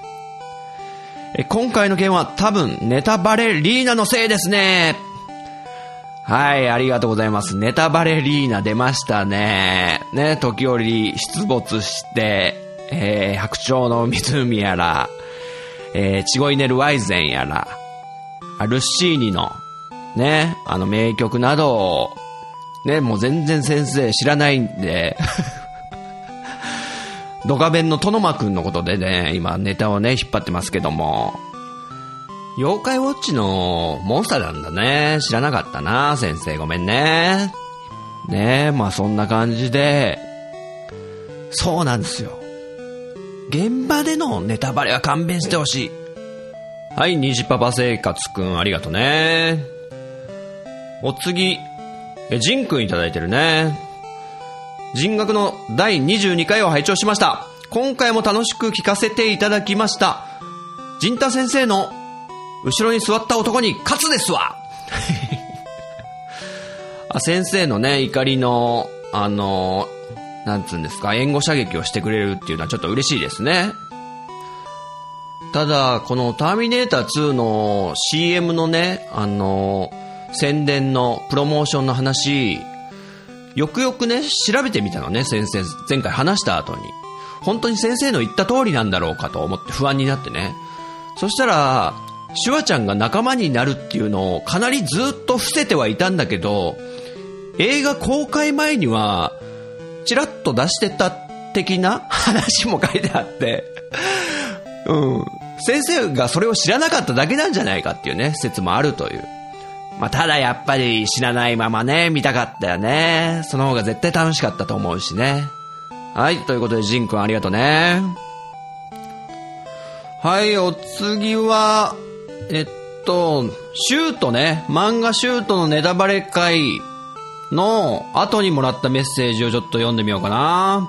今回の件は多分ネタバレリーナのせいですね。はい、ありがとうございます。ネタバレリーナ出ましたね。ね、時折出没して、白鳥の湖やら、チゴイネルワイゼンやら、ルッシーニのね、名曲などをね、もう全然先生知らないんでドカベンのトノマくんのことでね、今ネタをね、引っ張ってますけども。妖怪ウォッチのモンスターなんだね。知らなかったな、先生ごめんね。ねえ、まあそんな感じで、そうなんですよ。現場でのネタバレは勘弁してほしい。はい、虹パパ生活くんありがとね。お次、ジンくんいただいてるね。人学の第22回を拝聴しました。今回も楽しく聞かせていただきました。陣太先生の後ろに座った男に勝つですわ先生のね、怒りのなんつうんですか、援護射撃をしてくれるっていうのはちょっと嬉しいですね。ただこのターミネーター2の CM のね、宣伝のプロモーションの話、よくよくね調べてみたのね、先生前回話した後に。本当に先生の言った通りなんだろうかと思って不安になってね。そしたらシュワちゃんが仲間になるっていうのをかなりずっと伏せてはいたんだけど、映画公開前にはチラッと出してた的な話も書いてあって先生がそれを知らなかっただけなんじゃないかっていうね説もあるという。まあ、ただやっぱり知らないままね見たかったよね。その方が絶対楽しかったと思うしね。はい、ということでジンくんありがとうね。はい、お次はシュートね、漫画シュートのネタバレ会の後にもらったメッセージをちょっと読んでみようかな。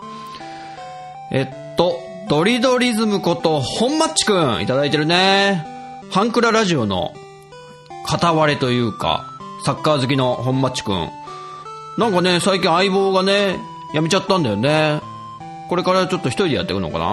ドリドリズムこと本マッチくんいただいてるね。ハンクララジオの片割れというかサッカー好きの本マッチくん、なんかね最近相棒がね辞めちゃったんだよね。これからちょっと一人でやっていくのかな。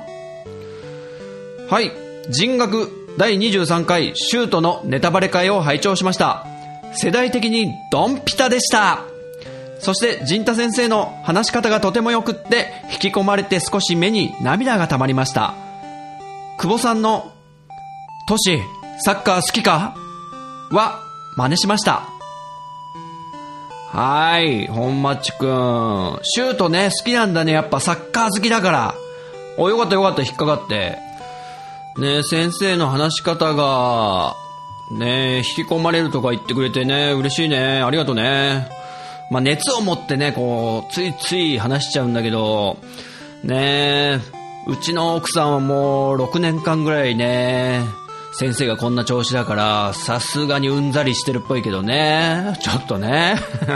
はい、人学第23回シュートのネタバレ会を拝聴しました。世代的にドンピタでした。そして陣太先生の話し方がとてもよくって引き込まれて少し目に涙がたまりました。久保さんのトシサッカー好きかは真似しました。はい、本マッチくんシュートね好きなんだね。やっぱサッカー好きだから。お、よかったよかった、引っかかってね。先生の話し方がね引き込まれるとか言ってくれてね嬉しいね。ありがとうね。まあ、熱を持ってねこうついつい話しちゃうんだけどね、うちの奥さんはもう6年間ぐらいね先生がこんな調子だからさすがにうんざりしてるっぽいけどね、ちょっとね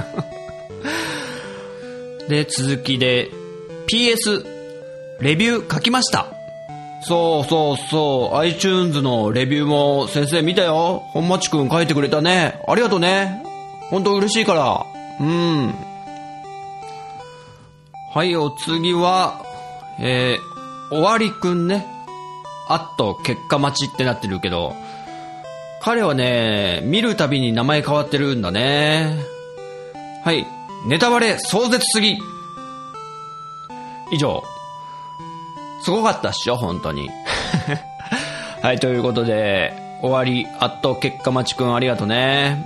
で続きで PS レビュー書きました。そうそうそう、 iTunes のレビューも先生見たよ。本町くん書いてくれたね。ありがとうね、本当嬉しいから。はい、お次はおわりくんね。結果待ちってなってるけど、彼はね見るたびに名前変わってるんだね。はい、ネタバレ壮絶すぎ。以上。すごかったっしょ本当にはい、ということで終わり結果待ちくんありがとね。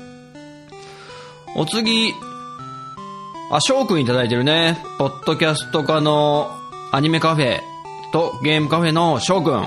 お次翔くんいただいてるね。ポッドキャスト科のアニメカフェとゲームカフェの翔くん。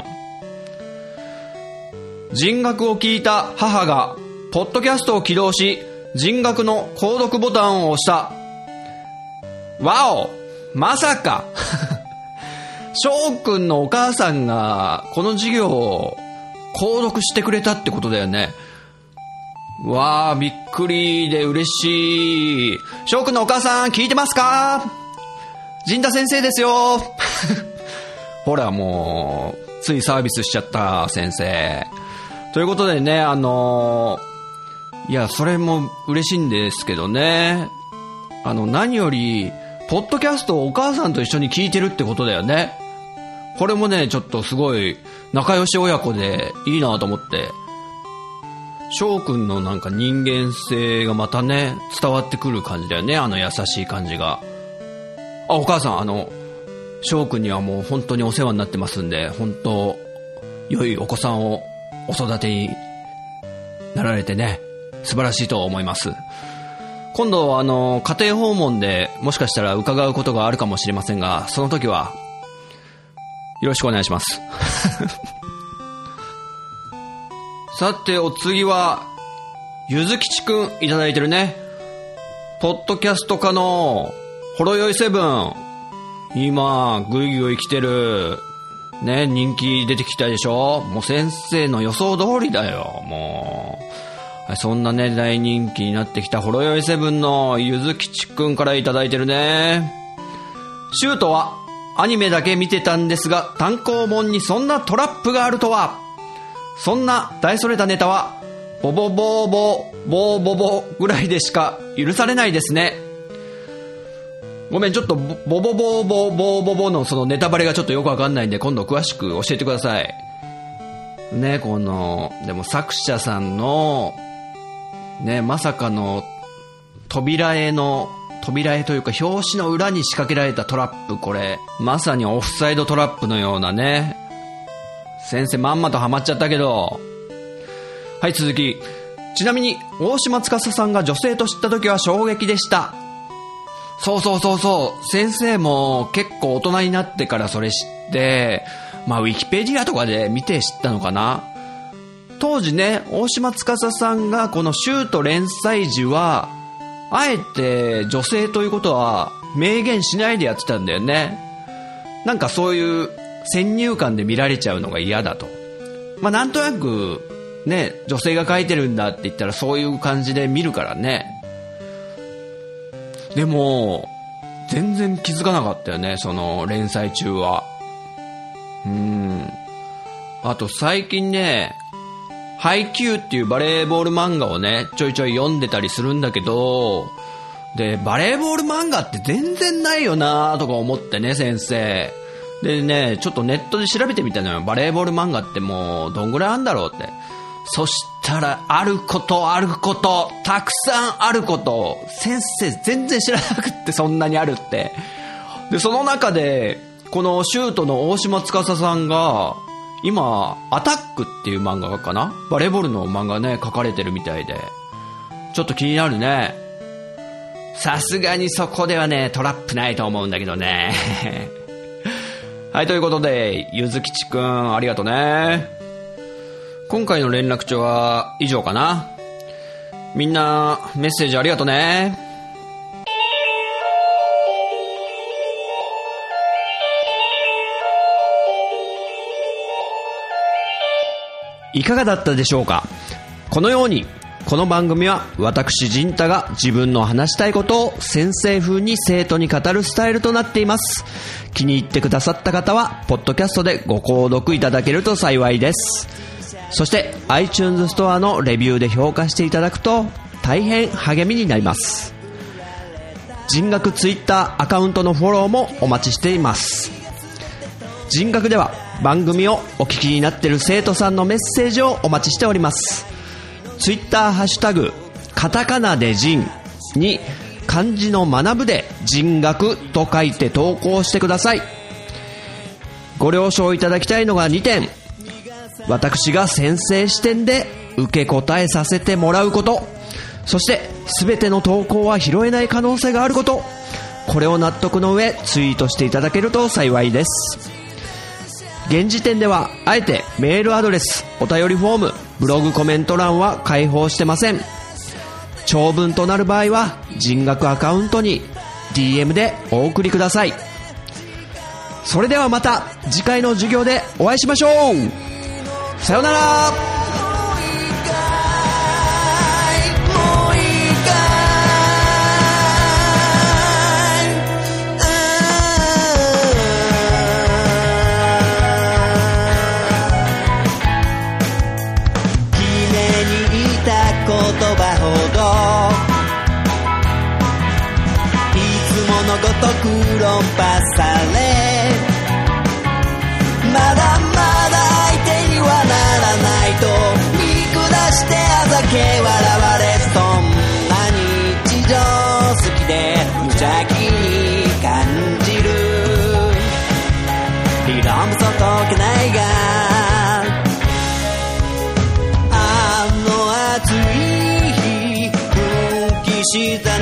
人学を聞いた母がポッドキャストを起動し人学の購読ボタンを押した。わお、まさか翔くんのお母さんがこの授業を購読してくれたってことだよね。わー、びっくりで嬉しい。翔くんのお母さん聞いてますか？陣太先生ですよほらもうついサービスしちゃった先生ということでね、いやそれも嬉しいんですけどね、何よりポッドキャストをお母さんと一緒に聞いてるってことだよね。これもねちょっとすごい仲良し親子でいいなと思って、翔くんのなんか人間性がまたね伝わってくる感じだよね。優しい感じが。お母さん翔くんにはもう本当にお世話になってますんで、本当良いお子さんをお育てになられてね素晴らしいと思います。今度家庭訪問でもしかしたら伺うことがあるかもしれませんが、その時はよろしくお願いします。さて、お次は、ゆずきちくんいただいてるね。ポッドキャスト家のほろよいセブン。今、ぐいぐい来てる。ね、人気出てきたでしょ。もう先生の予想通りだよ、もう。そんなね、大人気になってきたほろよいセブンのゆずきちくんからいただいてるね。シュートはアニメだけ見てたんですが、単行本にそんなトラップがあるとは。そんな大それたネタは、ボボボーボー、ボーボボぐらいでしか許されないですね。ごめん、ちょっとボボボーボーボーボボのそのネタバレがちょっとよくわかんないんで、今度詳しく教えてください。ね、この、でも作者さんの、ね、まさかの扉絵というか表紙の裏に仕掛けられたトラップ、これまさにオフサイドトラップのようなね。先生まんまとハマっちゃったけど。はい、続き。ちなみに大島司さんが女性と知った時は衝撃でした。そう、先生も結構大人になってからそれ知って、まあウィキペディアとかで見て知ったのかな。当時ね、大島司さんがこのシュート連載時はあえて女性ということは明言しないでやってたんだよね。なんかそういう先入観で見られちゃうのが嫌だと。まあなんとなくね、女性が書いてるんだって言ったらそういう感じで見るからね。でも全然気づかなかったよね、その連載中は。あと最近ね、ハイキューっていうバレーボール漫画をね、ちょいちょい読んでたりするんだけど、で、バレーボール漫画って全然ないよなとか思ってね、先生。でね、ちょっとネットで調べてみたのよ。バレーボール漫画ってもうどんぐらいあんだろうって。そしたら、あること、たくさんあること、先生全然知らなくって、そんなにあるって。で、その中で、このシュートの大島司さんが、今、アタックっていう漫画かな？バレーボールの漫画ね、書かれてるみたいで。ちょっと気になるね。さすがにそこではね、トラップないと思うんだけどね。はい、ということで、ゆずきちくん、ありがとね。今回の連絡帳は以上かな。みんな、メッセージありがとね。いかがだったでしょうか。このようにこの番組は私陣太が自分の話したいことを先生風に生徒に語るスタイルとなっています。気に入ってくださった方はポッドキャストでご購読いただけると幸いです。そして iTunes ストアのレビューで評価していただくと大変励みになります。人学ツイッターアカウントのフォローもお待ちしています。人学では番組をお聞きになっている生徒さんのメッセージをお待ちしております。ツイッターハッシュタグカタカナで人に漢字の学ぶで人学と書いて投稿してください。ご了承いただきたいのが2点。私が先生視点で受け答えさせてもらうこと、そして全ての投稿は拾えない可能性があること、これを納得の上ツイートしていただけると幸いです。現時点ではあえてメールアドレス、お便りフォーム、ブログコメント欄は開放してません。長文となる場合は人学アカウントに DM でお送りください。それではまた次回の授業でお会いしましょう。さようなら。 ごとく論破され、まだまだ相手にはならないと見下してあざけ笑われ、そんな日常好きで無邪気に感じる。理論もそう解けないが、あの暑い日、奮起した